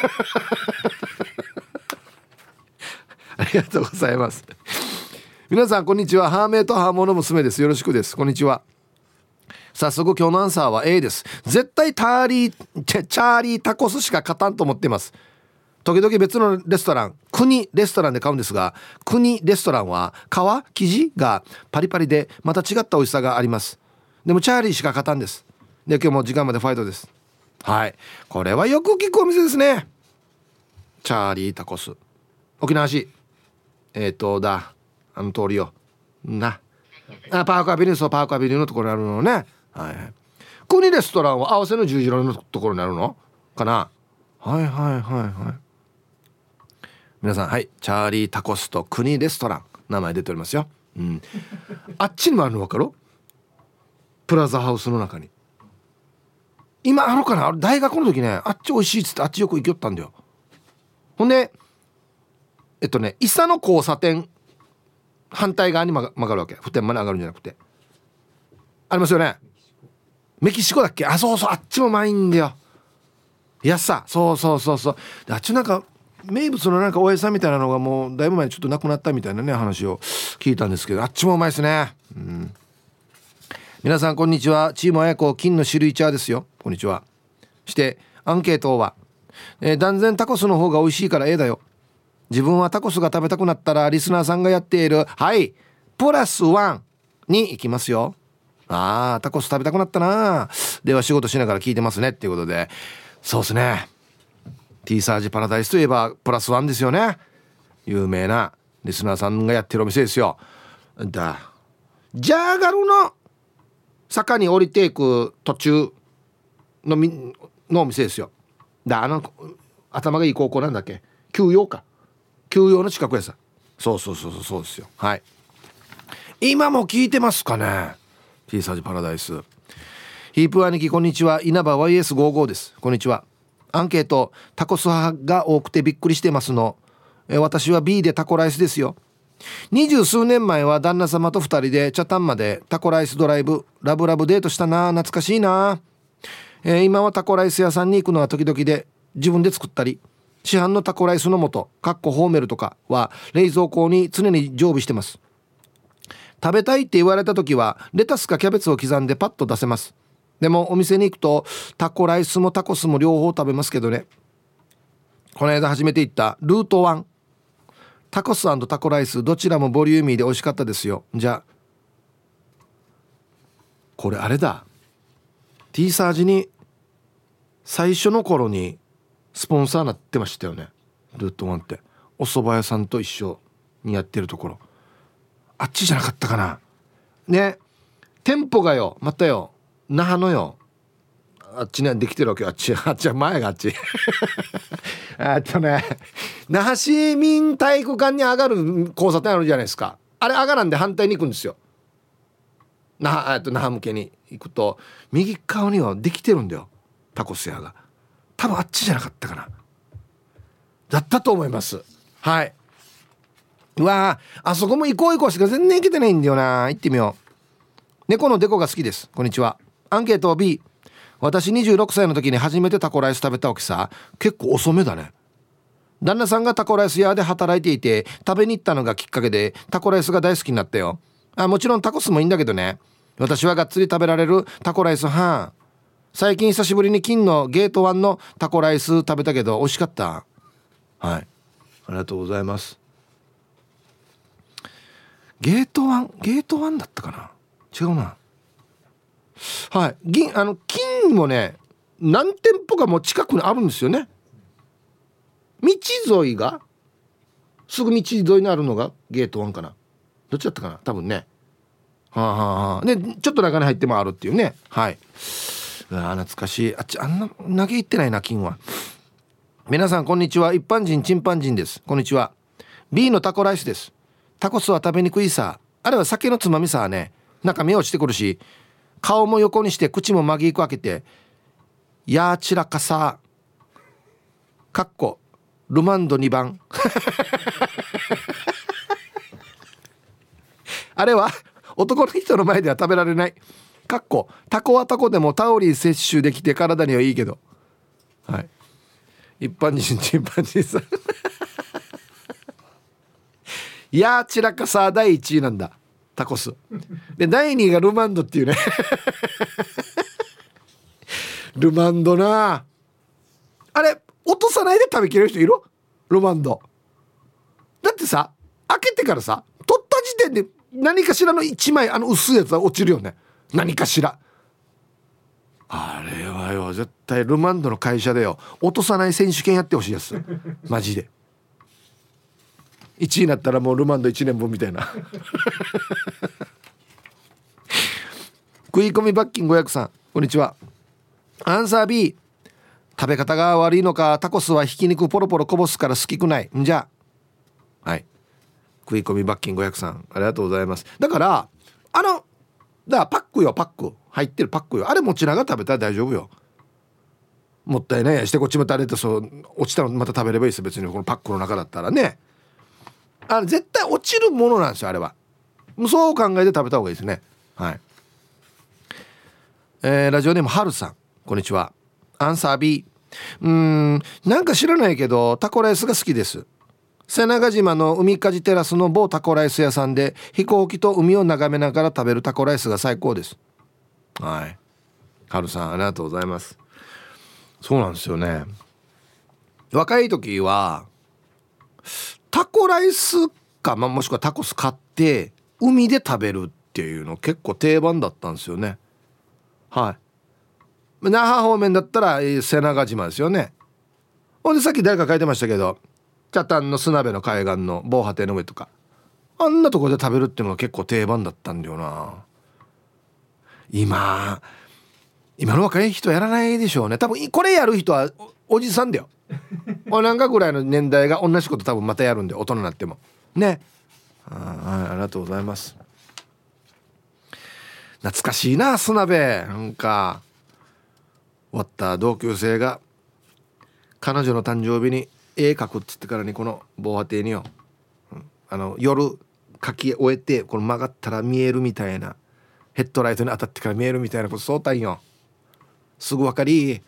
ありがとうございます。皆さんこんにちは。ハーメイとハーモの娘です。よろしくです。こんにちは。早速今日のアンサーは A です。絶対チャーリータコスしか勝たんと思っています。時々別のレストラン国レストランで買うんですが国レストランは生地がパリパリでまた違った美味しさがあります。でもチャーリーしか勝たんです。で今日も時間までファイトです。はい、これはよく聞くお店ですね。チャーリータコス沖縄市だあの通りよなパークアビニュー。そうパークアビニューのところにあるのね。はい、国レストランは合わせの十字路のところにあるのかな。はい皆さんはいチャーリータコスと国レストラン名前出ておりますよ。あっちにもあるの分かる？プラザハウスの中に今あるかな。大学の時ねあっち美味しいっつってあっちよく行きよったんだよ。ほんで伊佐の交差点反対側に曲がるわけ。普天間に上がるんじゃなくてありますよね。メキシコだっけ。そうあっちもうまいんだよ。安さそうあっちなんか名物のなんかおやじさんみたいなのがもうだいぶ前にちょっとなくなったみたいなね話を聞いたんですけどあっちもうまいですね。皆さんこんにちは。チームあやこ金の種類チャーですよ。こんにちは。してアンケートは、断然タコスの方が美味しいから A だよ。自分はタコスが食べたくなったらリスナーさんがやっているはいプラスワンに行きますよ。タコス食べたくなったな。では仕事しながら聞いてますねっていうことでそうですね。T サージパラダイスといえばプラスワンですよね。有名なリスナーさんがやってるお店ですよ。ジャーガルの坂に降りていく途中のお店ですよ。頭がいい高校なんだっけ。休養の近くやさ。そうですよ。はい、今も聞いてますかね T サージパラダイス。ヒープ兄貴こんにちは。稲葉 YS55 です。こんにちは。アンケートタコス派が多くてびっくりしてますの。私は B でタコライスですよ。20数年前は旦那様と2人で茶炭までタコライスドライブラブラブデートしたな。懐かしいな。今はタコライス屋さんに行くのは時々で自分で作ったり市販のタコライスの素ホーメルとかは冷蔵庫に常に常備してます。食べたいって言われた時はレタスかキャベツを刻んでパッと出せます。でもお店に行くとタコライスもタコスも両方食べますけどね。この間初めて行ったルート1タコス&タコライスどちらもボリューミーで美味しかったですよ。じゃあこれあれだ T サージに最初の頃にスポンサーなってましたよね。ルート1ってお蕎麦屋さんと一緒にやってるところあっちじゃなかったかなね。店舗がよまたよ那覇のよあっちにはできてるわけよ。あっちは前があっち那覇市民体育館に上がる交差点あるじゃないですか。あれ上がらんで反対に行くんですよ。那覇向けに行くと右側にはできてるんだよタコス屋が。多分あっちじゃなかったかな。 だったと思います。はい。うわー、あそこも行こう行こうしか全然行けてないんだよな。行ってみよう。猫のデコが好きです。こんにちは。アンケート B。 私26歳の時に初めてタコライス食べたわけさ。結構遅めだね。旦那さんがタコライス屋で働いていて食べに行ったのがきっかけでタコライスが大好きになったよ。もちろんタコスもいいんだけどね。私はがっつり食べられるタコライス派。最近久しぶりに金のゲートワンのタコライス食べたけど美味しかった。はい、ありがとうございます。ゲートワンだったかな、違うな。はい、金もね何店舗かも近くにあるんですよね。道沿いがすぐ道沿いにあるのがゲートワンかな、どっちだったかな、多分ね。はあはあはあ、でちょっと中に入ってもあるっていうね。はい、懐かしい。あんな投げ行ってないな金は。皆さんこんにちは。一般人チンパンジンです。こんにちは。 B のタコライスです。タコスは食べにくいさ。あれは酒のつまみさね。中身落ちてくるし顔も横にして口もまぎく開けてやーちらかさかっこルマンド2番あれは男の人の前では食べられない。かっこタコはタコでもタオリン摂取できて体にはいいけど。はい、一般人チンパンジーさんいやーちらかさ第1位なんだタコスで、第2位がルマンドっていうねルマンドなあれ落とさないで食べきれる人いる？ルマンドだってさ開けてからさ取った時点で何かしらの1枚薄いやつは落ちるよね。何かしらあれはよ絶対ルマンドの会社でよ落とさない選手権やってほしいやつマジで。1位になったらもうルマンド1年分みたいな食い込み罰金500さんこんにちは。アンサー B。 食べ方が悪いのかタコスはひき肉ポロポロこぼすから好きくないんじゃ。はい、食い込み罰金500さんありがとうございます。だからだからパックよ、パック入ってるパックよ、あれ持ちながら食べたら大丈夫よ。もったいないやしてこっちも垂れてそう落ちたのまた食べればいいです。別にこのパックの中だったらね。絶対落ちるものなんですよあれは。そう考えて食べた方がいいですね。はい、ラジオネームはるさんこんにちは。アンサー B。 なんか知らないけどタコライスが好きです。瀬長島の海かじテラスの某タコライス屋さんで飛行機と海を眺めながら食べるタコライスが最高です。はい、はるさんありがとうございます。そうなんですよね。若い時はタコライスか、もしくはタコス買って海で食べるっていうの結構定番だったんですよね。はい、那覇方面だったら瀬長島ですよね。ほんでさっき誰か書いてましたけど北谷の砂辺の海岸の防波堤の上とかあんなところで食べるっていうのが結構定番だったんだよな。今の若い人やらないでしょうね。多分これやる人は おじさんだよなんかぐらいの年代が同じこと多分またやるんで大人になってもね。ありがとうございます。懐かしいな砂辺。なんか終わった同級生が彼女の誕生日に絵描くっつってからにこの防波堤によ、夜描き終えてこの曲がったら見えるみたいなヘッドライトに当たってから見えるみたいなこと相対よ。すぐ分かり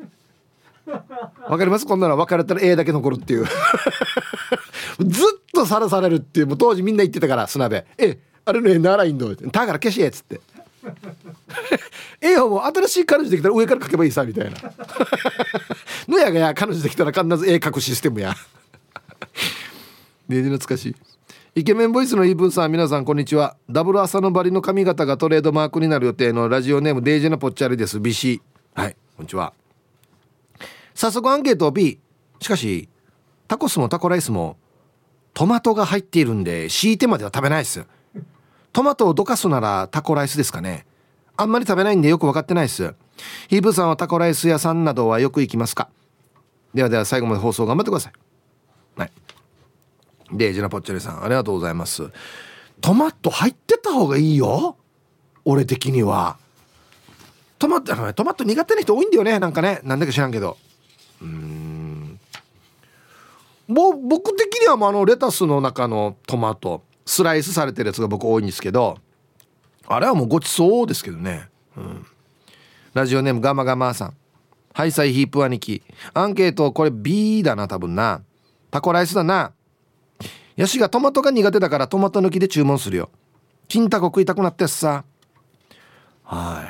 ます。こんなの別れたら絵だけ残るっていうずっとさらされるっていう。もう当時みんな言ってたから砂辺あれの絵ならいいんだだから消しえっつって絵をもう新しい彼女できたら上から描けばいいさみたいなのやがや彼女できたら必ず絵描くシステムやねえ懐かしい。イケメンボイスのイーブンさん皆さんこんにちは。ダブル朝のバリの髪型がトレードマークになる予定のラジオネームデイジェナポッチャリです。ビシ。はい、こんにちは。早速アンケート B。 しかしタコスもタコライスもトマトが入っているんで敷いてまでは食べないです。トマトをどかすならタコライスですかね。あんまり食べないんでよく分かってないです。ヒーブさんはタコライス屋さんなどはよく行きますか？では最後まで放送頑張ってください。はい、デイジェナポッチャリさんありがとうございます。トマト入ってた方がいいよ俺的には。トマト苦手な人多いんだよね。なんかねなんだか知らんけど僕的にはレタスの中のトマトスライスされてるやつが僕多いんですけど、あれはもうごちそうですけどね、ラジオネームガマガマさん、ハイサイヒープ兄貴、アンケートこれ B だな、多分な。タコライスだな。ヤシがトマトが苦手だからトマト抜きで注文するよ。金タコ食いたくなってさ。はい、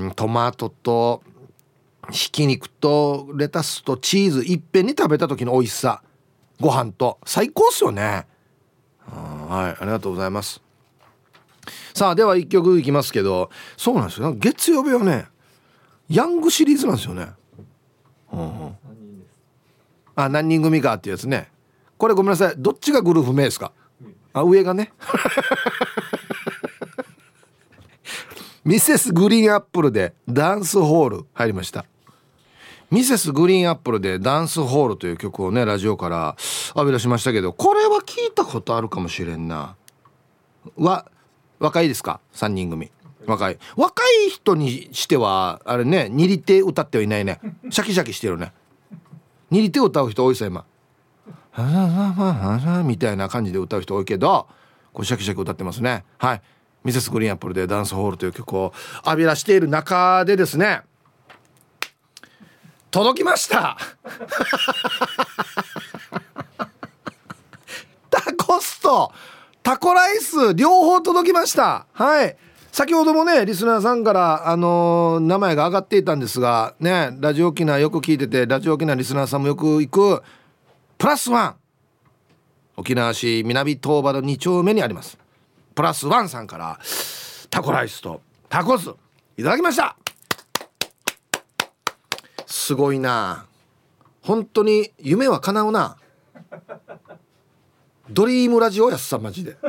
トマトとひき肉とレタスとチーズいっぺんに食べた時の美味しさ、ご飯と最高っすよね。はい、ありがとうございます。さあでは1曲いきますけど、そうなんですよ、月曜日はねヤングシリーズなんですよね。何人組かっていうやつね。これごめんなさい、どっちがグループ名ですか？上がねミセスグリーンアップルでダンスホール入りました。ミセスグリーンアップルでダンスホールという曲をねラジオから浴び出しましたけど、これは聞いたことあるかもしれんな。若いですか？3人組若い人にしてはあれね、握り手歌ってはいないね。シャキシャキしてるね。握り手歌う人多いさ今、みたいな感じで歌う人多いけど、これシャキシャキ歌ってますね。はい、ミセスグリーンアップルでダンスホールという曲を浴び出している中でですね、届きましたタコスとタコライス両方届きました。はい、先ほどもねリスナーさんから名前が上がっていたんですがね、ラジオ沖縄よく聞いてて、ラジオ沖縄リスナーさんもよく行くプラスワン、沖縄市南東場の2丁目にありますプラスワンさんからタコライスとタコスいただきました。すごいな、本当に夢は叶うな。ドリームラジオやっさマジで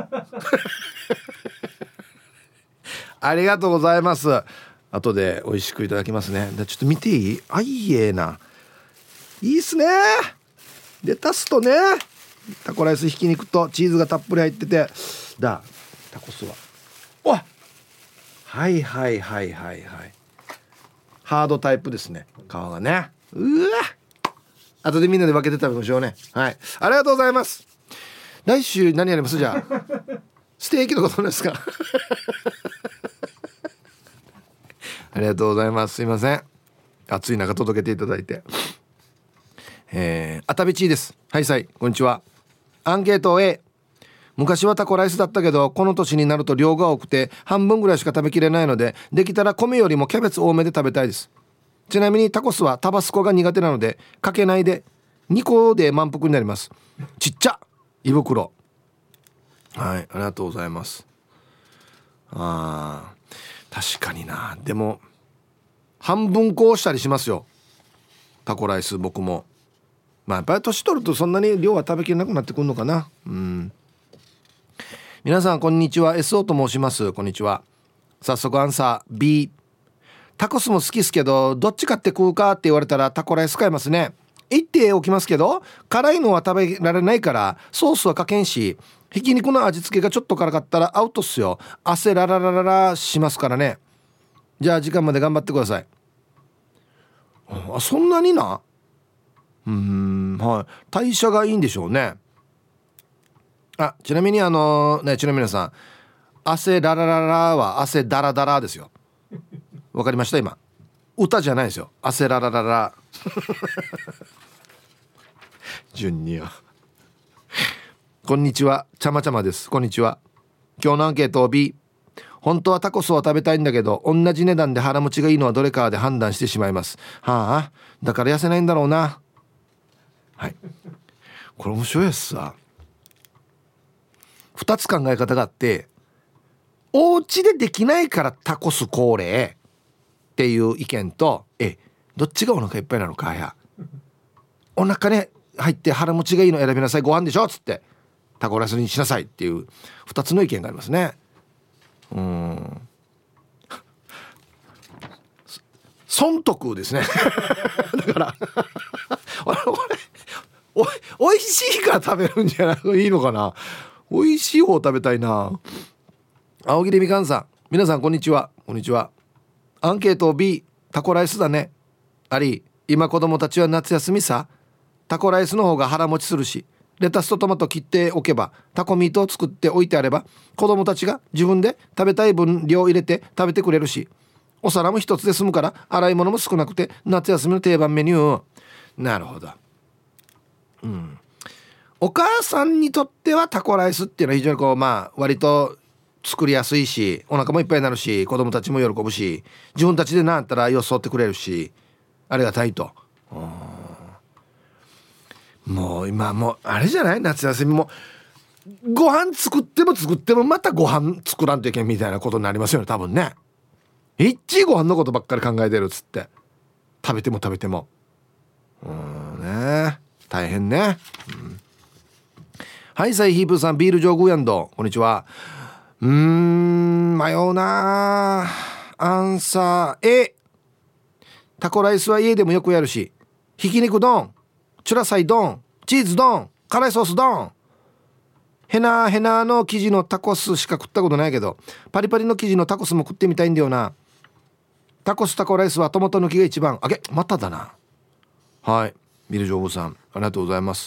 ありがとうございます。後で美味しくいただきますね。ちょっと見ていい？いいな、いいっすね。レタスとねタコライスひき肉とチーズがたっぷり入っててタコスははいハードタイプですね、皮がね。後でみんなで分けて食べましょうね。はい、ありがとうございます。来週何やります？じゃあステーキのことですかありがとうございます。すいません、暑い中届けていただいて。あたびちーです。はいさい、こんにちは。アンケート A、 昔はタコライスだったけどこの年になると量が多くて半分ぐらいしか食べきれないので、できたら米よりもキャベツ多めで食べたいです。ちなみにタコスはタバスコが苦手なのでかけないで2個で満腹になります。ちっちゃ胃袋。はい、ありがとうございます。確かにな。でも半分こうしたりしますよタコライス。僕もやっぱり年取るとそんなに量は食べきれなくなってくるのかな。皆さんこんにちは、 SO と申します。こんにちは。早速アンサー B、 タコスも好きっすけどどっち買って食うかって言われたらタコライス買いますね。言っておきますけど辛いのは食べられないからソースはかけんし、ひき肉の味付けがちょっと辛かったらアウトっすよ。汗ラララララしますからね。じゃあ時間まで頑張ってください。そんなにな。はい、代謝がいいんでしょうね。ちなみにちなみに皆さん、汗ララララは汗ダラダラですよ。わかりました？今歌じゃないですよ。汗ララララ順にはこんにちは、ちゃまちゃまです。こんにちは。今日のアンケートを B、 本当はタコスを食べたいんだけど同じ値段で腹持ちがいいのはどれかで判断してしまいます。だから痩せないんだろうな。はい、これ面白いやつさ。2つ考え方があって、お家でできないからタコス恒例っていう意見と、どっちがお腹いっぱいなのかや、お腹ね入って腹持ちがいいの選びなさい、ご飯でしょっつってタコライスにしなさいっていう2つの意見がありますね。損得ですねだからおいしいから食べるんじゃないいいのかな。おいしい方食べたいな。青桐みかんさん、皆さんこんにちは。こんにちは。アンケート B、 タコライスだね。あり、今子供たちは夏休みさ、 タコライスの方が腹持ちするし、レタスとトマト切っておけばタコミートを作っておいてあれば子供たちが自分で食べたい分量入れて食べてくれるし、お皿も一つで済むから洗い物も少なくて夏休みの定番メニュー。なるほど。お母さんにとってはタコライスっていうのは非常にこう割と作りやすいし、お腹もいっぱいになるし、子供たちも喜ぶし、自分たちでなったらよそってくれるし、ありがたいと。もう今もうあれじゃない、夏休みもご飯作ってもまたご飯作らんといけんみたいなことになりますよね、多分ね。いっちご飯のことばっかり考えてるっつって食べてもね、大変ね。はい、サイヒープーさん、ビール上宮やんど、こんにちは。迷うな。アンサー A。 タコライスは家でもよくやるし、ひき肉丼、チュラサイ丼、チーズ丼、辛いソース丼。ヘナの生地のタコスしか食ったことないけど、パリパリの生地のタコスも食ってみたいんだよな。タコスタコライスはトマト抜きが一番。まただな。はい、ビルジョブさん、ありがとうございます。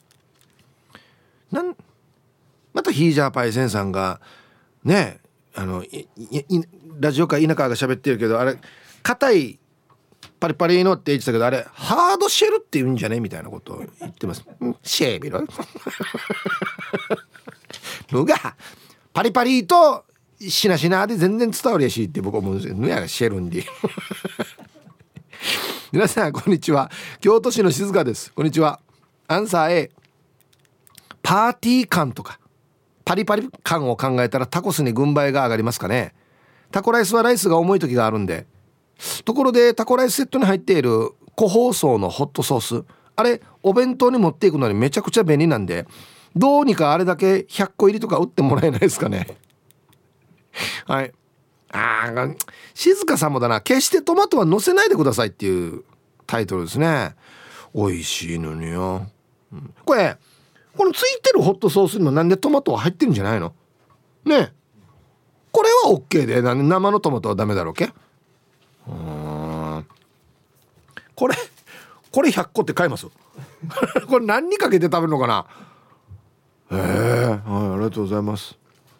またヒージャーパイセンさんがね、ラジオか田舎が喋ってるけど、あれ硬いパリパリのって言ってたけど、あれハードシェルって言うんじゃねみたいなことを言ってます。シェービロのがパリパリとしなしなで全然伝わりやしって僕は思うんですけど、のやがシェルンディ皆さんこんにちは、京都市の静香です。こんにちは。アンサー A。 パーティー感とかパリパリ感を考えたらタコスに軍配が上がりますかね。タコライスはライスが重い時があるんで。ところでタコライスセットに入っている個包装のホットソース、あれお弁当に持っていくのにめちゃくちゃ便利なんで、どうにかあれだけ100個入りとか売ってもらえないですかねはい。静香さんもだな、決してトマトは乗せないでくださいっていうタイトルですね。美味しいのによ、このついてるホットソースにもなんでトマトは入ってるんじゃないのね。これは OK で、なんで生のトマトはダメだろうけ。これ100個って買いますこれ何にかけて食べるのかな。はい、ありがとうございます。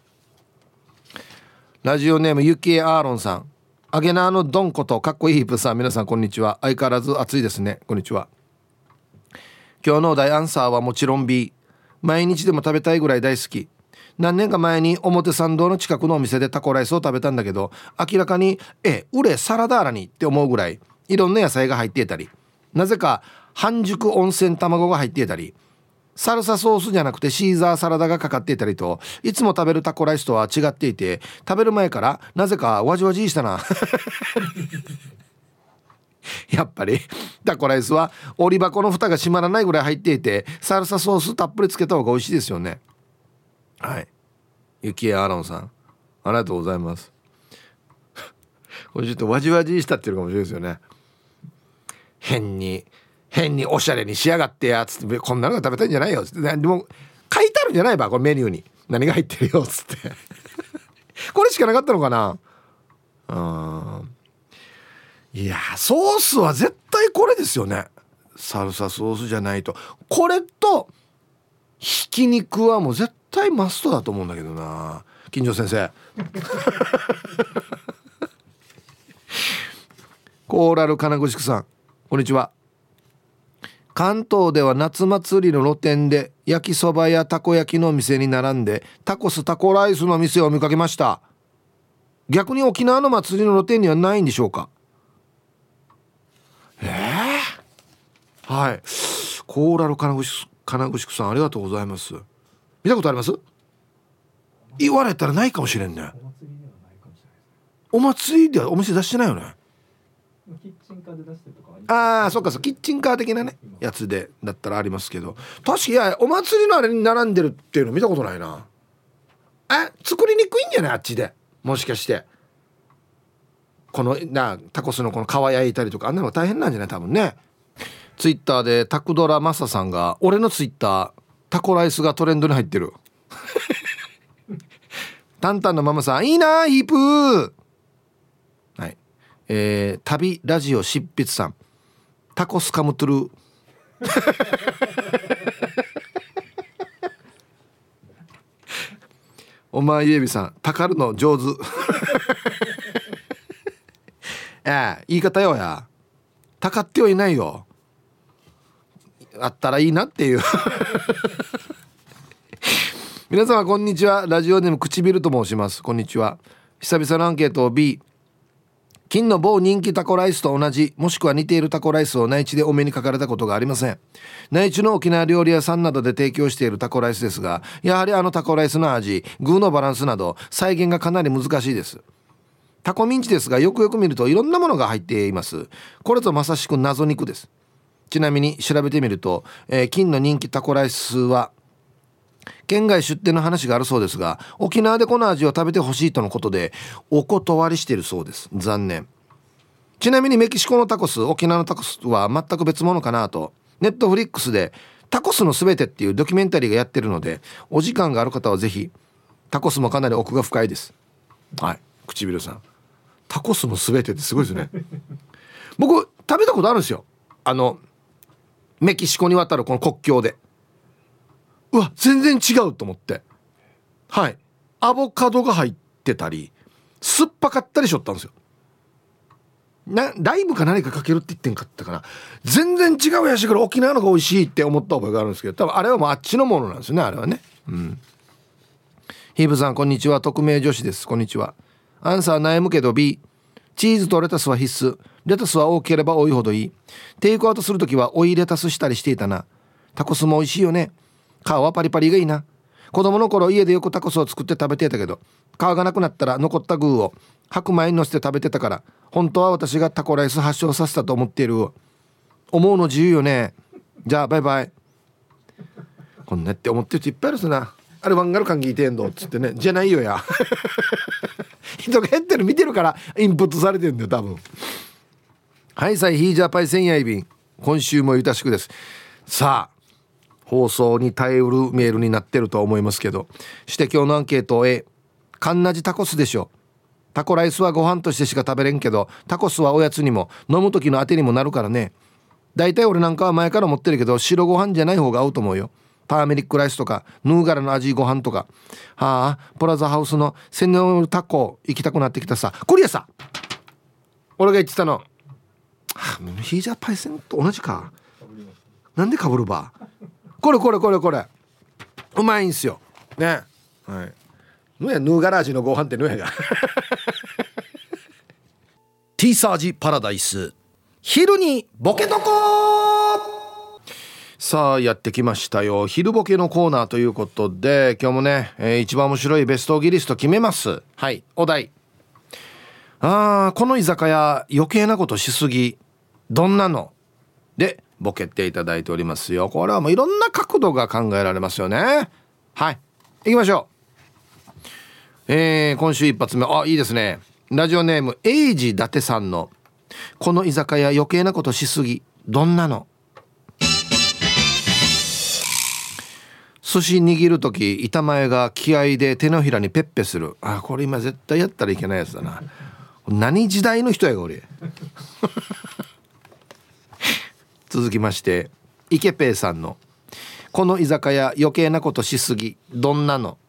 ラジオネームゆきえアーロンさん、アゲナーのドンことかっこいいヒップさん、皆さんこんにちは。相変わらず暑いですね。こんにちは。今日のお題アンサーはもちろん B。 毎日でも食べたいぐらい大好き。何年か前に表参道の近くのお店でタコライスを食べたんだけど、明らかにウレサラダーラにって思うぐらいいろんな野菜が入っていたり、なぜか半熟温泉卵が入っていたり、サルサソースじゃなくてシーザーサラダがかかっていたりと、いつも食べるタコライスとは違っていて、食べる前からなぜかわじわじしたなやっぱりタコライスは折り箱の蓋が閉まらないぐらい入っていて、サルサソースたっぷりつけた方が美味しいですよね。はい、ゆきえアロンさん、ありがとうございますこれちょっとわじわじしたっていうかもしれないですよね。変におしゃれに仕上がってやつって、こんなのが食べたいんじゃないよつって、でも書いてあるんじゃないば、これメニューに何が入ってるよつってこれしかなかったのかな。いやソースは絶対これですよね。サルサソースじゃないと。これとひき肉はもう絶対マストだと思うんだけどな。金城先生コーラル金具宿さん、こんにちは。関東では夏祭りの露店で焼きそばやたこ焼きの店に並んでタコスタコライスの店を見かけました。逆に沖縄の祭りの露店にはないんでしょうか。はい、コーラル金具宿さん、ありがとうございます。見たことあります？言われたらないかもしれんね。お祭りではお店出してないよね。 キッチンカーで出してるとかそっか、キッチンカー的なねやつでだったらありますけど、確かにお祭りのあれに並んでるっていうの見たことないな。作りにくいんじゃない、あっちで。もしかしてこのタコスのこの皮焼いたりとか、あんなの大変なんじゃない多分ね。ツイッターでタクドラマサさんが、俺のツイッタータコライスがトレンドに入ってるタンタンのママさん、いいなヒープー。はい、旅ラジオ執筆さん、タコスカムトゥルお前ゆえびさんたかるの上手言い方よや、たかってはいないよ、あったらいいなっていう皆様こんにちは。ラジオネーム唇と申します。こんにちは。久々のアンケート B、 金の某人気タコライスと同じもしくは似ているタコライスを内地でお目にかかれたことがありません。内地の沖縄料理屋さんなどで提供しているタコライスですが、やはりあのタコライスの味、具のバランスなど再現がかなり難しいです。タコミンチですが、よくよく見るといろんなものが入っています。これぞまさしく謎肉です。ちなみに調べてみると、金の人気タコライスは県外出店の話があるそうですが、沖縄でこの味を食べてほしいとのことでお断りしているそうです。残念。ちなみにメキシコのタコス、沖縄のタコスは全く別物かなと、ネットフリックスでタコスのすべてっていうドキュメンタリーがやってるので、お時間がある方はぜひ。タコスもかなり奥が深いです。はい、唇さん、タコスのすべてってすごいですね僕食べたことあるんですよ、メキシコに渡るこの国境で。うわ全然違うと思って、はい、アボカドが入ってたり酸っぱかったりしょったんですよ。ライムか何かかけるって言ってんかったかな、全然違うやしから沖縄のが美味しいって思った覚えがあるんですけど、多分あれはもうあっちのものなんですよね、あれはね。ヒーブさんこんにちは。匿名女子です。こんにちは。アンサー悩むけど B、 チーズとレタスは必須。レタスは多ければ多いほどいい。テイクアウトするときは追いレタスしたりしていたな。タコスも美味しいよね。皮はパリパリがいいな。子供の頃家でよくタコスを作って食べていたけど、皮がなくなったら残った具を白米にのせて食べてたから、本当は私がタコライス発祥させたと思っている。思うの自由よね。じゃあバイバイ。こんなって思ってる人いっぱいいるっすな。あれワンガル感聞いてんのっつってね、じゃないよや人が減ってる見てるからインプットされてるんだよ多分。はい、さいヒージャーパイセンヤイビン、今週もゆたしくです。さあ放送に耐えうるメールになってると思いますけど、して今日のアンケート A、 カンナジタコスでしょ。タコライスはご飯としてしか食べれんけど、タコスはおやつにも飲む時のあてにもなるからね。だいたい俺なんかは前から思ってるけど、白ご飯じゃない方が合うと思うよ。ターメリックライスとかヌーガラの味ご飯とか。はあ、プラザハウスのセノールタコ行きたくなってきたさ。これやさ、俺が言ってたの、はあ、ヒージャーパイセンと同じか。なんでかぶるば。これうまいんすよね。はい、ヌーガラ味のご飯ってヌーやがティーサージパラダイス、昼にボケとこ。さあやってきましたよ、昼ボケのコーナーということで、今日もね、一番面白いベストギリスト決めます。はい、お題、この居酒屋余計なことしすぎ、どんなのでボケていただいておりますよ。これはもういろんな角度が考えられますよね。はい、行きましょう。今週一発目、いいですね。ラジオネームエイジ伊達さんの、この居酒屋余計なことしすぎ、どんなの。寿司握るとき板前が気合で手のひらにペッペする。これ今絶対やったらいけないやつだな。何時代の人やが俺続きましてイケペイさんの、この居酒屋余計なことしすぎ、どんなの。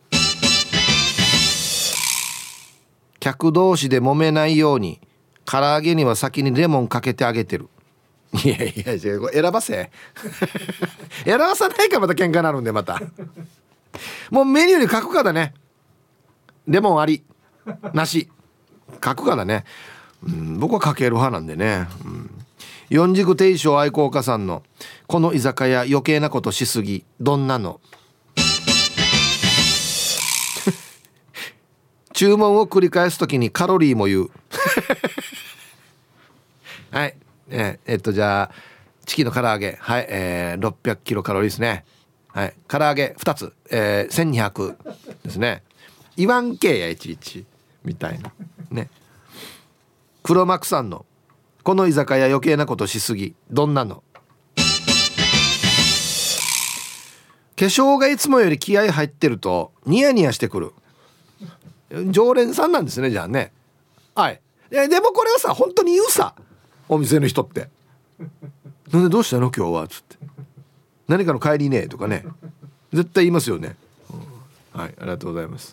客同士で揉めないように唐揚げには先にレモンかけてあげてる。いや選ばせ選ばさないからまた喧嘩になるんで、またもうメニューに書くかだね。レモンありなし書くかだね。僕はかける派なんでね。四軸定称愛好家さんの、この居酒屋余計なことしすぎ、どんなの。注文を繰り返すときにカロリーも言うはい、じゃあチキンの唐揚げ、はい、600キロカロリーですね。はい、唐揚げ2つ、1200ですね。言わんけやいちいちみたいなね。黒幕さんの、この居酒屋余計なことしすぎ、どんなの。化粧がいつもより気合入ってるとニヤニヤしてくる。常連さんなんですね、じゃあね。はい。でもこれはさ、本当に言うさ、お店の人ってなんでどうしたの今日はつって、何かの帰りねとかね、絶対言いますよね、はい、ありがとうございます。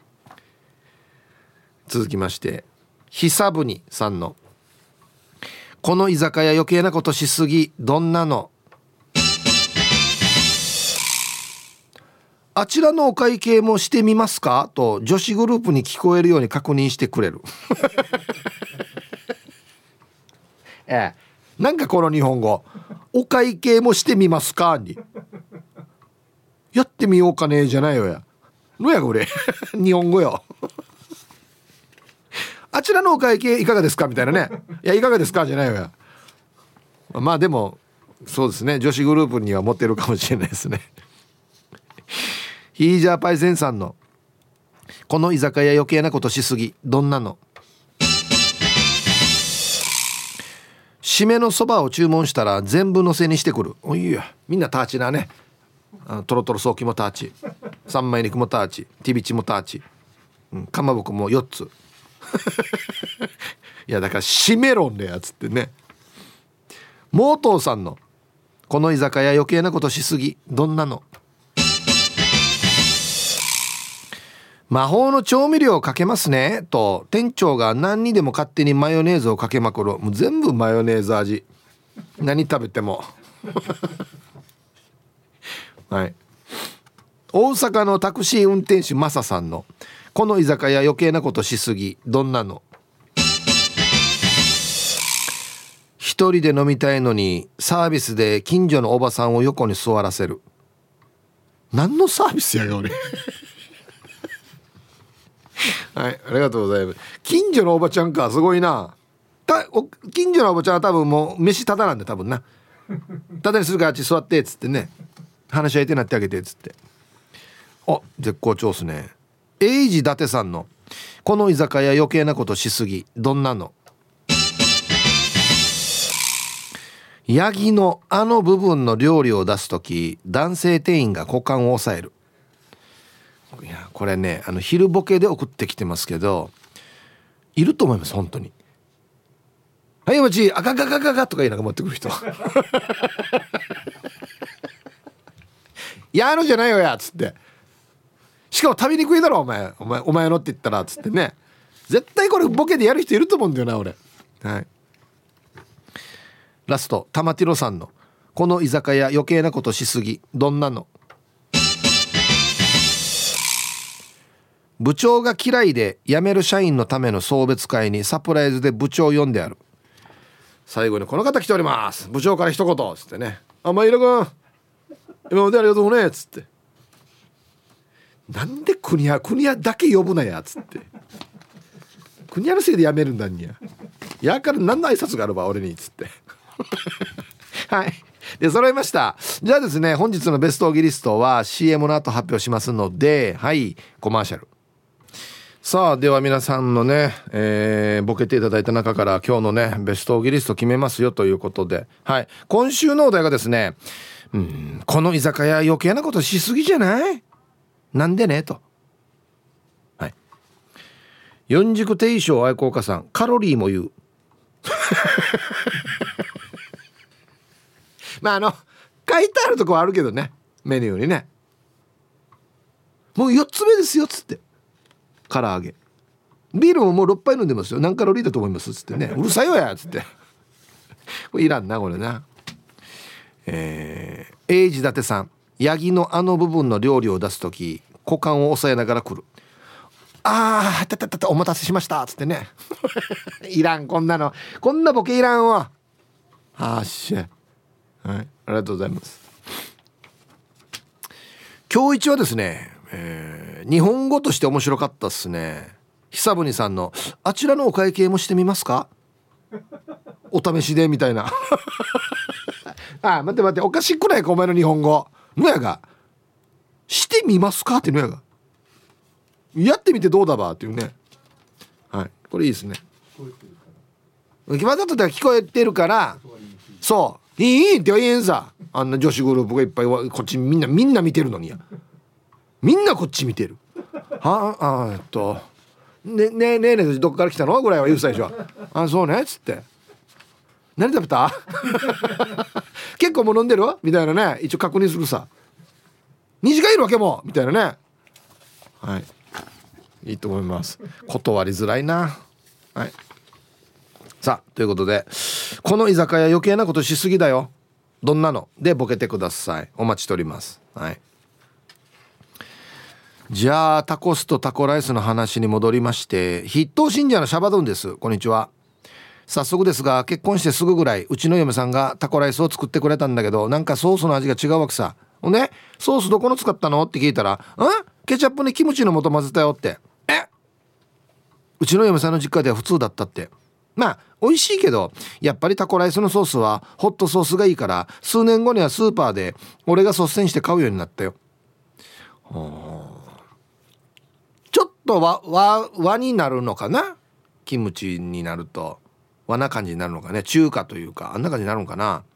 続きまして久ぶにさんのこの居酒屋余計なことしすぎどんなの、あちらのお会計もしてみますかと女子グループに聞こえるように確認してくれるなんかこの日本語お会計もしてみますかにやってみようかねじゃないよやのやこれ日本語よあちらのお会計いかがですかみたいなね、いやいかがですかじゃないよや。まあでもそうですね、女子グループには持ってるかもしれないですねヒージャーパイセンさんのこの居酒屋余計なことしすぎどんなの、締めのそばを注文したら全部のせにしてくる。おいやみんなターチなね、トロトロソーキもターチ、三枚肉もターチ、ティビチもターチ、かまぼこも4ついやだから締めろんねやつってね。モートーさんのこの居酒屋余計なことしすぎどんなの、魔法の調味料をかけますねと店長が何にでも勝手にマヨネーズをかけまくる。もう全部マヨネーズ味、何食べてもはい。大阪のタクシー運転手マサさんのこの居酒屋余計なことしすぎどんなの、一人で飲みたいのにサービスで近所のおばさんを横に座らせる。何のサービスやが俺はい、ありがとうございます。近所のおばちゃんか、すごいな。近所のおばちゃんは多分もう飯タダなんで多分な、タダにするからあっち座ってっつってね、話し相手になってあげてっつって、あ絶好調っすね。エイジ伊達さんのこの居酒屋余計なことしすぎどんなの、ヤギのあの部分の料理を出すとき男性店員が股間を押さえる。いやこれね昼ボケで送ってきてますけどいると思います本当に。はいお待ち赤ガガガガとか言いながら持ってくる人やるじゃないよやつって、しかも食べにくいだろお前のって言ったらつってね、絶対これボケでやる人いると思うんだよな俺。はい。ラスト玉ティロさんのこの居酒屋余計なことしすぎどんなの、部長が嫌いで辞める社員のための送別会にサプライズで部長を呼んである。最後にこの方来ております部長から一言つってね、あまいらくん今までありがとうねつって、なんで国屋だけ呼ぶなやつって、国屋のせいで辞めるんだにやから何の挨拶があるば俺につってはいで揃いました。じゃあですね本日のベストオギリストは CM の後発表しますので、はいコマーシャル。さあでは皆さんのね、ボケていただいた中から今日のねベストオギリスト決めますよということで、はい今週のお題がですね、この居酒屋余計なことしすぎじゃないなんでねと。はい。四軸定称愛好家さんカロリーも言うまあ書いてあるとこはあるけどねメニューにね、もう4つ目ですよっつって、唐揚げビールももう6杯飲んでますよ何カロリーだと思いますっつってね、うるさいわやっつってこれいらんなこれな。エイジ伊達さんヤギのあの部分の料理を出すとき股間を押さえながら来る。あーたお待たせしましたっつってねいらんこんなボケいらんわ。あしはいありがとうございます。今日一はですね、日本語として面白かったっすね。久ぶにさんのあちらのお会計もしてみますかお試しでみたいなあ待っておかしくないかお前の日本語のやがしてみますかってのやがやってみてどうだばっていうね。はいこれいいですね。決まったと聞こえてるからそういいって言えんさ。あんな女子グループがいっぱいこっちみんな見てるのにやみんなこっち見てるねえどこから来たのぐらいは言うさでしょ。あそうねっつって何食べた結構もう飲んでるみたいなね、一応確認するさ。虹がいるわけもみたいなね。はい、いいと思います。断りづらいな。はい、さあということで、この居酒屋余計なことしすぎだよ、どんなのでボケてください。お待ちしております。はい、じゃあタコスとタコライスの話に戻りまして、筆頭信者のシャバドゥンです。こんにちは。早速ですが、結婚してすぐぐらいうちの嫁さんがタコライスを作ってくれたんだけど、なんかソースの味が違うわけさ。ほんでソースどこの使ったのって聞いたら、ケチャップにキムチの素混ぜたよって。うちの嫁さんの実家では普通だったって。まあ美味しいけど、やっぱりタコライスのソースはホットソースがいいから、数年後にはスーパーで俺が率先して買うようになったよ。ちょっと和になるのかな、キムチになると和な感じになるのかね、中華というかあんな感じになるのかな。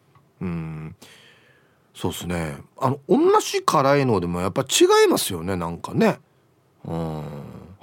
そうですね。同じ辛いのでもやっぱ違いますよね、なんかね。はい、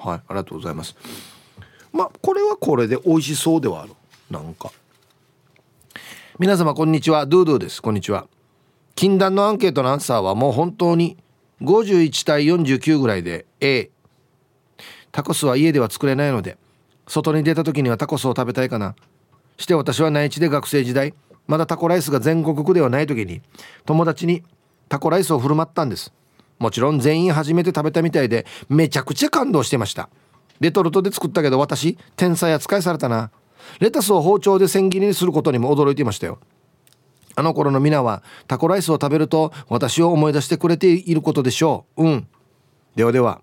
ありがとうございます。まあこれはこれで美味しそうではある。なんか皆様こんにちは、ドゥードゥです。こんにちは。禁断のアンケートのアンサーはもう本当に51対49ぐらいで A。 タコスは家では作れないので、外に出た時にはタコスを食べたいかな。して私は内地で学生時代、まだタコライスが全国区ではない時に友達にタコライスを振る舞ったんです。もちろん全員初めて食べたみたいでめちゃくちゃ感動してました。レトルトで作ったけど私天才扱いされたな。レタスを包丁で千切りにすることにも驚いていましたよ。あの頃の皆はタコライスを食べると私を思い出してくれていることでしょう。ではでは。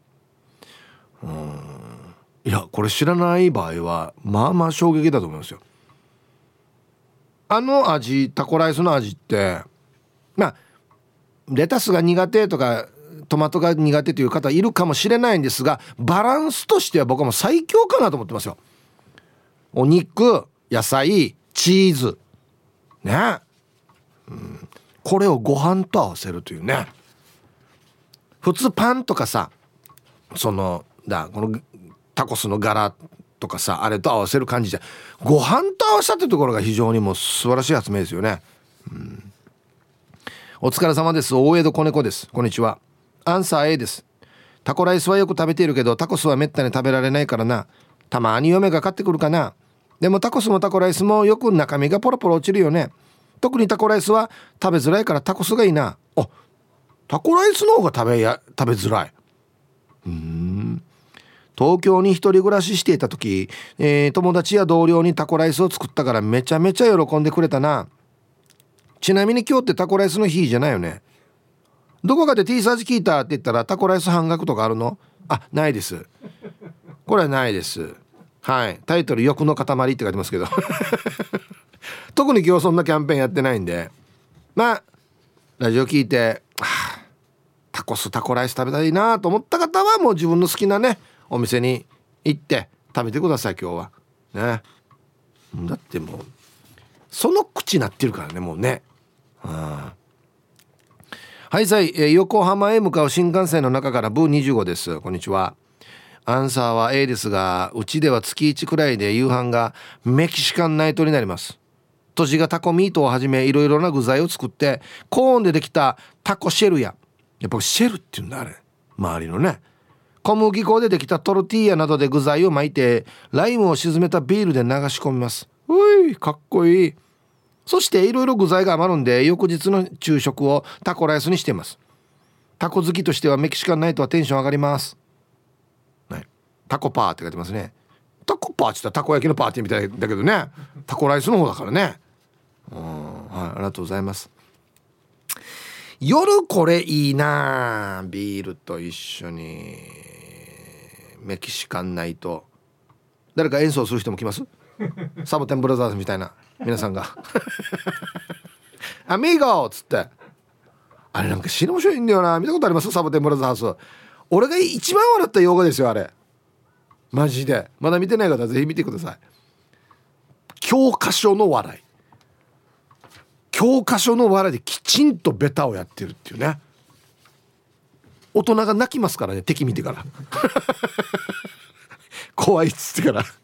いやこれ知らない場合はまあまあ衝撃だと思いますよ。あの味、タコライスの味ってまあレタスが苦手とかトマトが苦手という方いるかもしれないんですが、バランスとしては僕はもう最強かなと思ってますよ。お肉、野菜、チーズね、これをご飯と合わせるというね。普通パンとかさ、このタコスの柄とかさ、あれと合わせる感じじゃ、ご飯と合わせたってところが非常にもう素晴らしい発明ですよね。お疲れ様です。大江戸子猫です。こんにちは。アンサー A です。タコライスはよく食べているけどタコスはめったに食べられないからな。たまに嫁が買ってくるかな。でもタコスもタコライスもよく中身がポロポロ落ちるよね。特にタコライスは食べづらいからタコスがいいな。タコライスの方が食べづらい。東京に一人暮らししていた時、友達や同僚にタコライスを作ったからめちゃめちゃ喜んでくれたな。ちなみに今日ってタコライスの日じゃないよね。どこかで T サージ聞いたって言ったらタコライス半額とかあるの？ないです。これはないです。はい、タイトル欲の塊って書いてますけど特に今日そんなキャンペーンやってないんで、まあラジオ聞いて、タコライス食べたいなと思った方はもう自分の好きなねお店に行って食べてください。今日はね、だってもうその口になってるからね、もうね。はいさい、横浜へ向かう新幹線の中からブー25です。こんにちは。アンサーは A ですが、うちでは月1くらいで夕飯がメキシカンナイトになります。土地がタコミートをはじめいろいろな具材を作ってコーンでできたタコシェルやっぱシェルっていうんだあれ、周りのね、小麦粉でできたトルティーヤなどで具材を巻いてライムを沈めたビールで流し込みます。かっこいい。そしていろいろ具材が余るんで翌日の昼食をタコライスにしています。タコ好きとしてはメキシカンナイトはテンション上がります、ね、タコパーって書いてますね。タコパーって言ったらたこ焼きのパーティーみたいだけどね、タコライスの方だからね。はい、ありがとうございます。夜これいいな、ビールと一緒にメキシカンナイト。誰か演奏する人も来ますサボテンブラザーズみたいな皆さんがアミーゴっつって、あれなんか死ぬ面白いんだよな。見たことあります？サボテンブラザーズ。俺が一番笑った洋画ですよあれ、マジで。まだ見てない方はぜひ見てください。教科書の笑い、教科書の笑いできちんとベタをやってるっていうね。大人が泣きますからね、敵見てから怖いっつってから